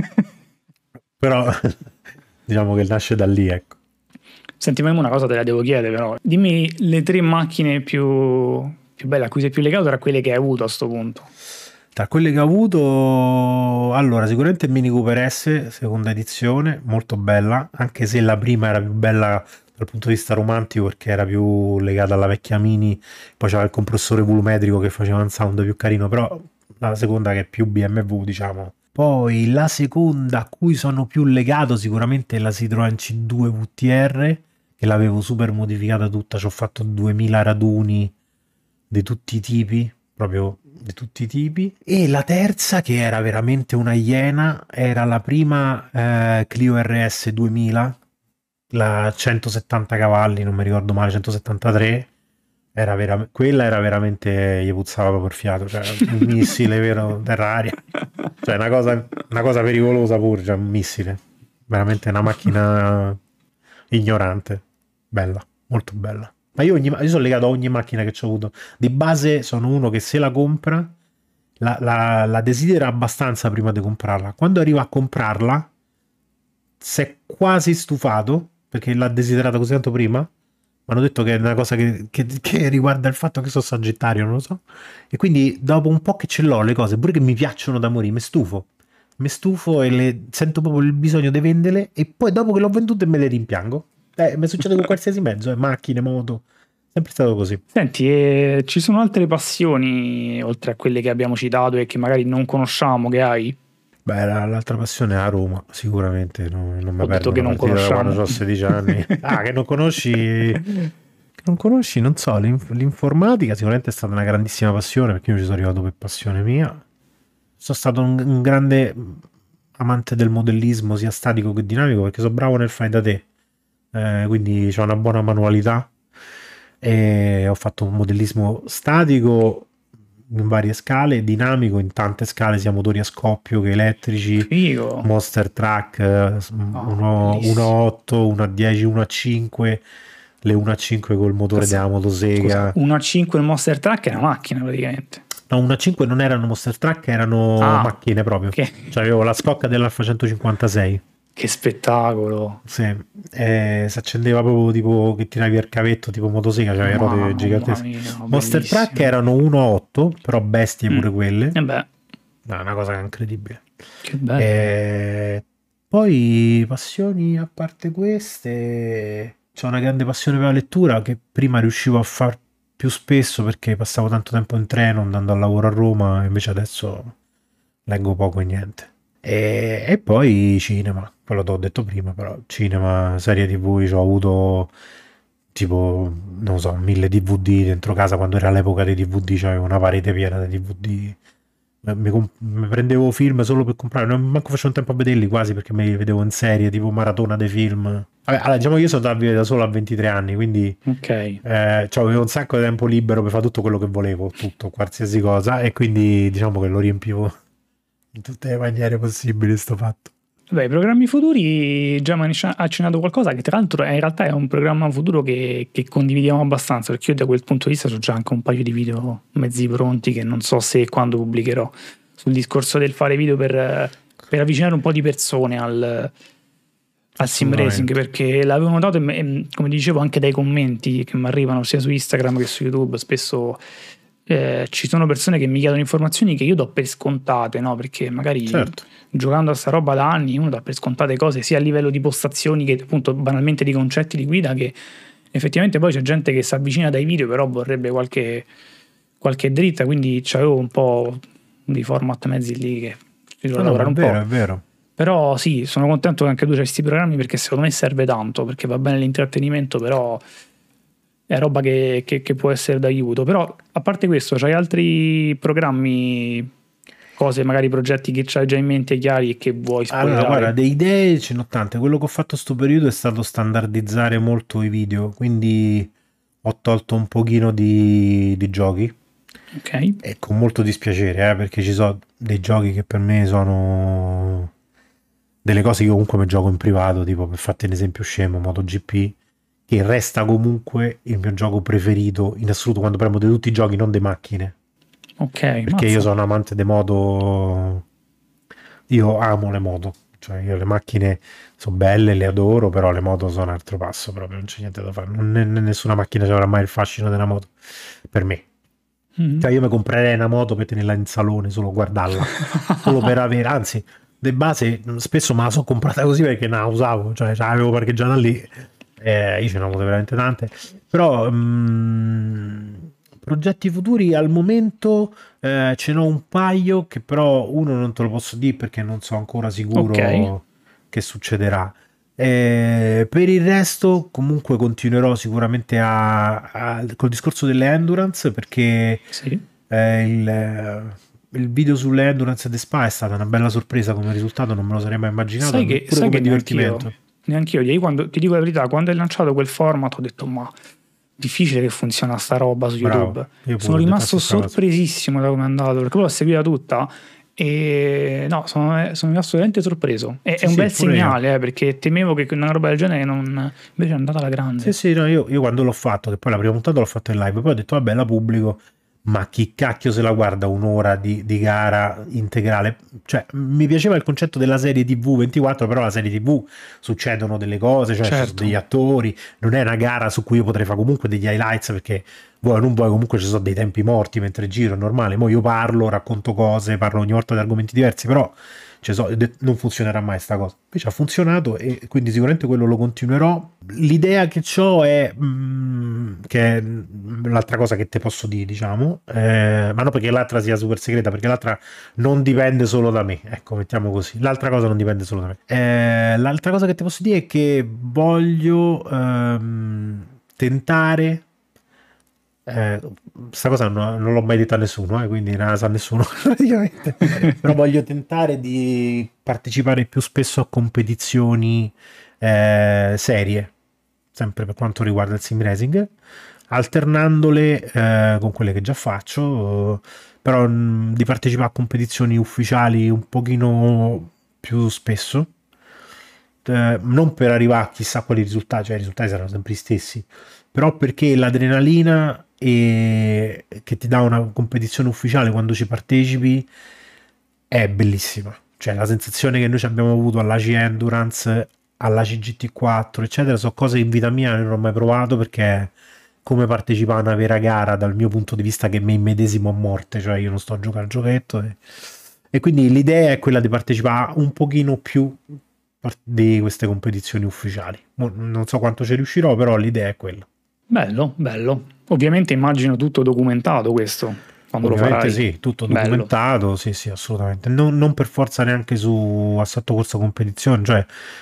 Però diciamo che nasce da lì, ecco. Senti, ma una cosa te la devo chiedere, però. Dimmi le 3 macchine più belle a cui sei più legato tra quelle che hai avuto a sto punto. Tra quelle che ho avuto, allora, sicuramente Mini Cooper S, seconda edizione, molto bella, anche se la prima era più bella dal punto di vista romantico, perché era più legata alla vecchia Mini, poi c'era il compressore volumetrico che faceva un sound più carino, però la seconda, che è più BMW, diciamo. Poi la seconda a cui sono più legato sicuramente è la Citroen C2 VTR, che l'avevo super modificata tutta, ci ho fatto 2000 raduni di tutti i tipi, proprio di tutti i tipi. E la terza, che era veramente una iena, era la prima Clio RS 2000, la 170 cavalli, non mi ricordo male, 173. Quella era veramente, gli puzzava proprio il fiato, cioè un missile vero terra-aria, cioè una cosa pericolosa pure, cioè un missile, veramente una macchina ignorante, bella, molto bella. Ma io sono legato a ogni macchina che ho avuto. Di base sono uno che se la compra la desidera abbastanza prima di comprarla. Quando arriva a comprarla si è quasi stufato, perché l'ha desiderata così tanto prima. Mi hanno detto che è una cosa che riguarda il fatto che sono sagittario, non lo so. E quindi dopo un po' che ce l'ho le cose, pure che mi piacciono da morire, mi stufo e sento proprio il bisogno di venderle, e poi dopo che l'ho vendute me le rimpiango. Mi succede con qualsiasi mezzo, macchine, moto, sempre stato così. Senti, ci sono altre passioni oltre a quelle che abbiamo citato e che magari non conosciamo, che hai? Beh, l'altra passione è a Roma, sicuramente, non mi perdo che non conosciamo. Da quando ho 16 anni. Che non conosci? Non conosci, non so, l'informatica sicuramente è stata una grandissima passione, perché io ci sono arrivato per passione mia. Sono stato un grande amante del modellismo, sia statico che dinamico, perché sono bravo nel fai da te. Quindi ho una buona manualità, e ho fatto un modellismo statico in varie scale, dinamico in tante scale, sia motori a scoppio che elettrici. Figo. Monster Truck 1.8, 1.10, 1.5, le 1.5 col motore della motosega. 1.5 il Monster Truck è una macchina praticamente. No, 1.5 non erano Monster Truck, erano macchine proprio. Cioè avevo la scocca dell'Alfa 156. Che spettacolo! Sì, si accendeva proprio tipo che tiravi il cavetto tipo motosega, cioè rote gigantesche. Monster Truck erano 1.8, però bestie pure quelle. Beh. No, una cosa incredibile. Che bello. Poi passioni a parte queste, c'ho una grande passione per la lettura, che prima riuscivo a far più spesso perché passavo tanto tempo in treno andando al lavoro a Roma, invece adesso leggo poco e niente. E poi cinema, quello che ho detto prima, però cinema, serie TV, ci ho avuto tipo, non so, 1000 DVD dentro casa. Quando era l'epoca dei DVD c'avevo una parete piena di DVD, mi prendevo film solo per comprare, non manco facevo un tempo a vederli quasi, perché me li vedevo in serie, tipo maratona dei film. Vabbè, allora, diciamo che io sono andato a vivere da solo a 23 anni, quindi avevo un sacco di tempo libero per fare tutto quello che volevo, tutto, qualsiasi cosa, e quindi diciamo che lo riempivo in tutte le maniere possibili sto fatto. Beh, i programmi futuri, già mi hai accennato qualcosa, che tra l'altro in realtà è un programma futuro che condividiamo abbastanza, perché io da quel punto di vista ho già anche un paio di video mezzi pronti che non so se e quando pubblicherò, sul discorso del fare video per avvicinare un po' di persone al sim racing, perché l'avevo notato e come dicevo anche dai commenti che mi arrivano sia su Instagram che su YouTube, spesso ci sono persone che mi chiedono informazioni che io do per scontate, no? Perché magari giocando a sta roba da anni uno dà per scontate cose sia a livello di postazioni che appunto banalmente di concetti di guida, che effettivamente poi c'è gente che si avvicina dai video però vorrebbe qualche dritta, quindi c'avevo un po' di format mezzi lì che ci devo lavorare un po'. È vero. Però sì, sono contento che anche tu c'hai questi programmi, perché secondo me serve tanto, perché va bene l'intrattenimento, però è roba che può essere d'aiuto. Però a parte questo, c'hai altri programmi, cose, magari progetti che c'hai già in mente chiari e che vuoi spoilerare? Allora, guarda, le idee ce n'ho tante. Quello che ho fatto sto periodo è stato standardizzare molto i video, quindi ho tolto un pochino di giochi. Ok. E con molto dispiacere, perché ci sono dei giochi che per me sono delle cose che io comunque mi gioco in privato, tipo, per farti un esempio scemo, MotoGP, che resta comunque il mio gioco preferito in assoluto quando parliamo di tutti i giochi, non di macchine. Ok, perché io sono amante di moto, io amo le moto, cioè io le macchine sono belle, le adoro, però le moto sono un altro passo proprio, non c'è niente da fare, nessuna macchina avrà mai il fascino della moto per me. Cioè io mi comprerei una moto per tenerla in salone, solo guardarla, solo per avere, anzi, di base spesso me la sono comprata così perché non la usavo, cioè l'avevo parcheggiata lì, io ce ne ho avute veramente tante, però progetti futuri al momento ce n'ho un paio che però uno non te lo posso dire perché non sono ancora sicuro che succederà. Per il resto comunque continuerò sicuramente col discorso delle endurance, perché il video sulle endurance de Spa è stata una bella sorpresa come risultato, non me lo sarei mai immaginato. Sai che come divertimento neanch'io, quando ti dico la verità, quando hai lanciato quel format ho detto ma difficile che funziona sta roba su YouTube. Sono rimasto sorpresissimo da come è andato, perché poi l'ho seguita tutta e no, sono rimasto veramente sorpreso. È un bel segnale, perché temevo che una roba del genere invece è andata alla grande. No, io quando l'ho fatto, che poi la prima puntata l'ho fatto in live, poi ho detto vabbè, la pubblico, ma chi cacchio se la guarda un'ora di gara integrale? Cioè, mi piaceva il concetto della serie TV 24, però la serie TV succedono delle cose, cioè ci sono degli attori, non è una gara su cui io potrei fare comunque degli highlights, perché vuoi o non vuoi comunque ci sono dei tempi morti mentre giro, è normale. Mo io parlo, racconto cose, parlo ogni volta di argomenti diversi, però non funzionerà mai sta cosa. Invece ha funzionato e quindi sicuramente quello lo continuerò. L'idea che ho è che è l'altra cosa che te posso dire, diciamo, ma non perché l'altra sia super segreta, perché l'altra non dipende solo da me, ecco, mettiamo così, l'altra cosa non dipende solo da me. L'altra cosa che te posso dire è che voglio tentare, sta cosa non l'ho mai detta a nessuno, quindi non la sa nessuno praticamente. Però voglio tentare di partecipare più spesso a competizioni serie, sempre per quanto riguarda il sim racing, alternandole con quelle che già faccio, però di partecipare a competizioni ufficiali un pochino più spesso, non per arrivare a chissà quali risultati, cioè i risultati saranno sempre gli stessi, però perché l'adrenalina che ti dà una competizione ufficiale quando ci partecipi è bellissima. Cioè la sensazione che noi ci abbiamo avuto all'ACI Endurance, all'ACI GT4 eccetera, sono cose in vita mia non ho mai provato, perché come partecipare a una vera gara dal mio punto di vista, che mi immedesimo a morte, cioè io non sto a giocare al giochetto, e quindi l'idea è quella di partecipare un pochino più di queste competizioni ufficiali. Non so quanto ci riuscirò, però l'idea è quella. Bello. Ovviamente immagino tutto documentato questo, quando ovviamente lo farai. Sì, tutto documentato, sì, assolutamente. Non per forza neanche su assetto corsa competizione, cioè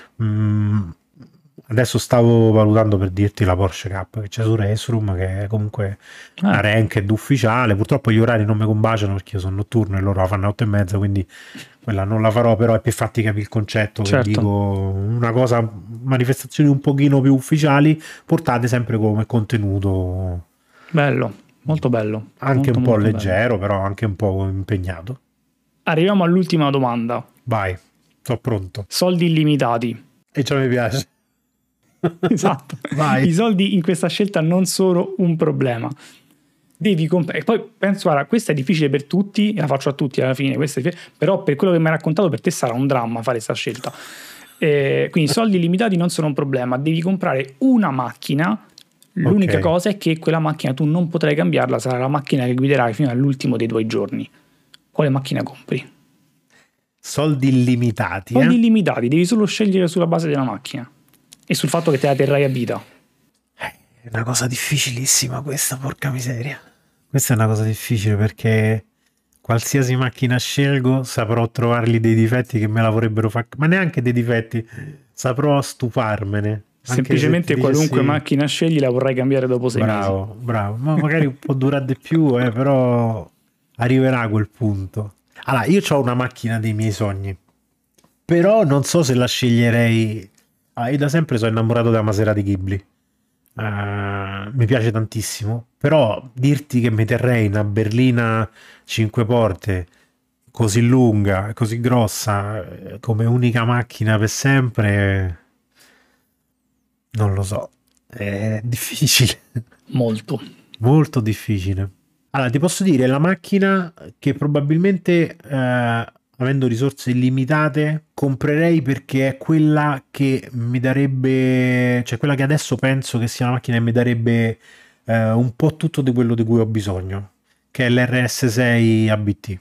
adesso stavo valutando, per dirti, la Porsche Cup che c'è su Raceroom, che è comunque una ranked ufficiale. Purtroppo gli orari non mi combaciano perché io sono notturno e loro la fanno alle 8:30, quindi quella non la farò, però è per farti capire il concetto, che dico, una cosa, manifestazioni un pochino più ufficiali portate sempre come contenuto bello, molto bello, anche molto, un po' molto leggero, bello. Però anche un po' impegnato. Arriviamo all'ultima domanda. Vai, sono pronto. Soldi illimitati. E ciò mi piace. Esatto. Vai. I soldi in questa scelta non sono un problema. Devi comprare. E poi penso, guarda, questa è difficile per tutti, la faccio a tutti alla fine, però per quello che mi hai raccontato, per te sarà un dramma fare questa scelta. Quindi soldi illimitati non sono un problema. Devi comprare una macchina L'unica Ok. cosa è che quella macchina tu non potrai cambiarla, sarà la macchina che guiderai fino all'ultimo dei tuoi giorni. Quale macchina compri? Soldi illimitati, Soldi illimitati, devi solo scegliere sulla base della macchina e sul fatto che te la terrai a vita. È una cosa difficilissima questa, porca miseria. Questa è una cosa difficile perché qualsiasi macchina scelgo saprò trovargli dei difetti che me la vorrebbero fare, ma neanche dei difetti, saprò stufarmene. Anche se ti Semplicemente qualunque dicessi macchina scegli la vorrai cambiare dopo 6 mesi. bravo, bravo, ma magari può durare di più, però arriverà a quel punto. Allora, io ho una macchina dei miei sogni, però non so se la sceglierei. Io da sempre sono innamorato della Maserati Ghibli. Mi piace tantissimo, però dirti che mi terrei una berlina 5 porte così lunga, così grossa, come unica macchina per sempre, non lo so, è difficile, Molto. molto difficile. Allora, ti posso dire, la macchina che probabilmente, avendo risorse illimitate, comprerei perché è quella che mi darebbe, cioè quella che adesso penso che sia la macchina che mi darebbe un po' tutto di quello di cui ho bisogno, che è l'RS6 ABT.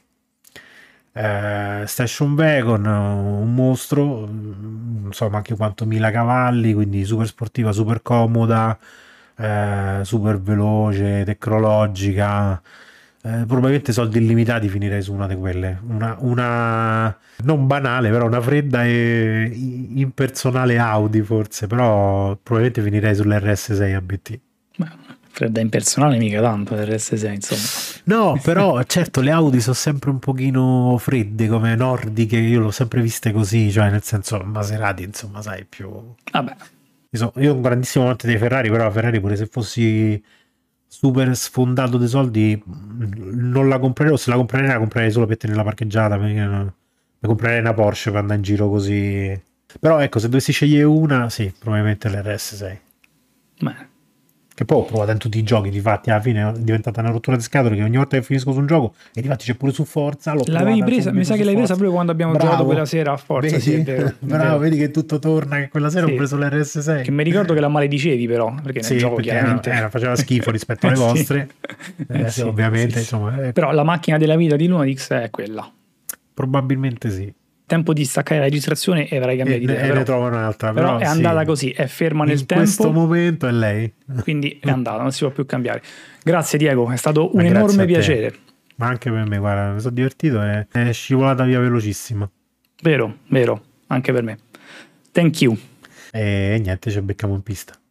Station Wagon, un mostro, non so manche quanto 1000 cavalli, quindi super sportiva, super comoda, super veloce, tecnologica. Probabilmente soldi illimitati finirei su una di quelle, una non banale, però una fredda e impersonale Audi forse, però probabilmente finirei sull'RS6 ABT. Ma fredda impersonale mica tanto RS6, insomma. No, però certo le Audi sono sempre un pochino fredde come nordiche, io l'ho sempre viste così, cioè nel senso Maserati, insomma, sai, più. Vabbè, Io sono un grandissimo amante dei Ferrari, però la Ferrari pure se fossi super sfondato dei soldi non la comprerei, o se la comprerei solo per tenerla parcheggiata, perché la comprerei una Porsche per andare in giro così. Però ecco, se dovessi scegliere una, sì, probabilmente l'RS6. beh, Che poi ho provato in tutti i giochi, difatti alla fine è diventata una rottura di scatole che ogni volta che finisco su un gioco, e difatti c'è pure su Forza, l'ho l'avevi provata presa, mi subito sa su che l'hai presa Forza. proprio quando abbiamo Bravo, giocato quella sera a Forza, sì, è vedi? vero, è Bravo, vero. vedi che tutto torna, che quella sera Sì. ho preso l'RS6. Che mi ricordo che la maledicevi però, perché nel Sì, gioco perché chiaramente... faceva schifo rispetto alle Sì. vostre. Sì, Sì, ovviamente, sì, sì. insomma, Però la macchina della vita di Lunatix è quella. probabilmente sì. Tempo di staccare la registrazione e avrai cambiato idea, Ne però, trovo un'altra, però però è sì. andata così, è ferma nel In questo tempo, momento è lei. quindi è andata, non si può più cambiare. Grazie Diego, è stato un Ma grazie enorme a te. piacere. Ma anche per me, guarda, mi sono divertito e è scivolata via velocissima. Vero, vero, anche per me. Thank you. E niente, ci becchiamo in pista.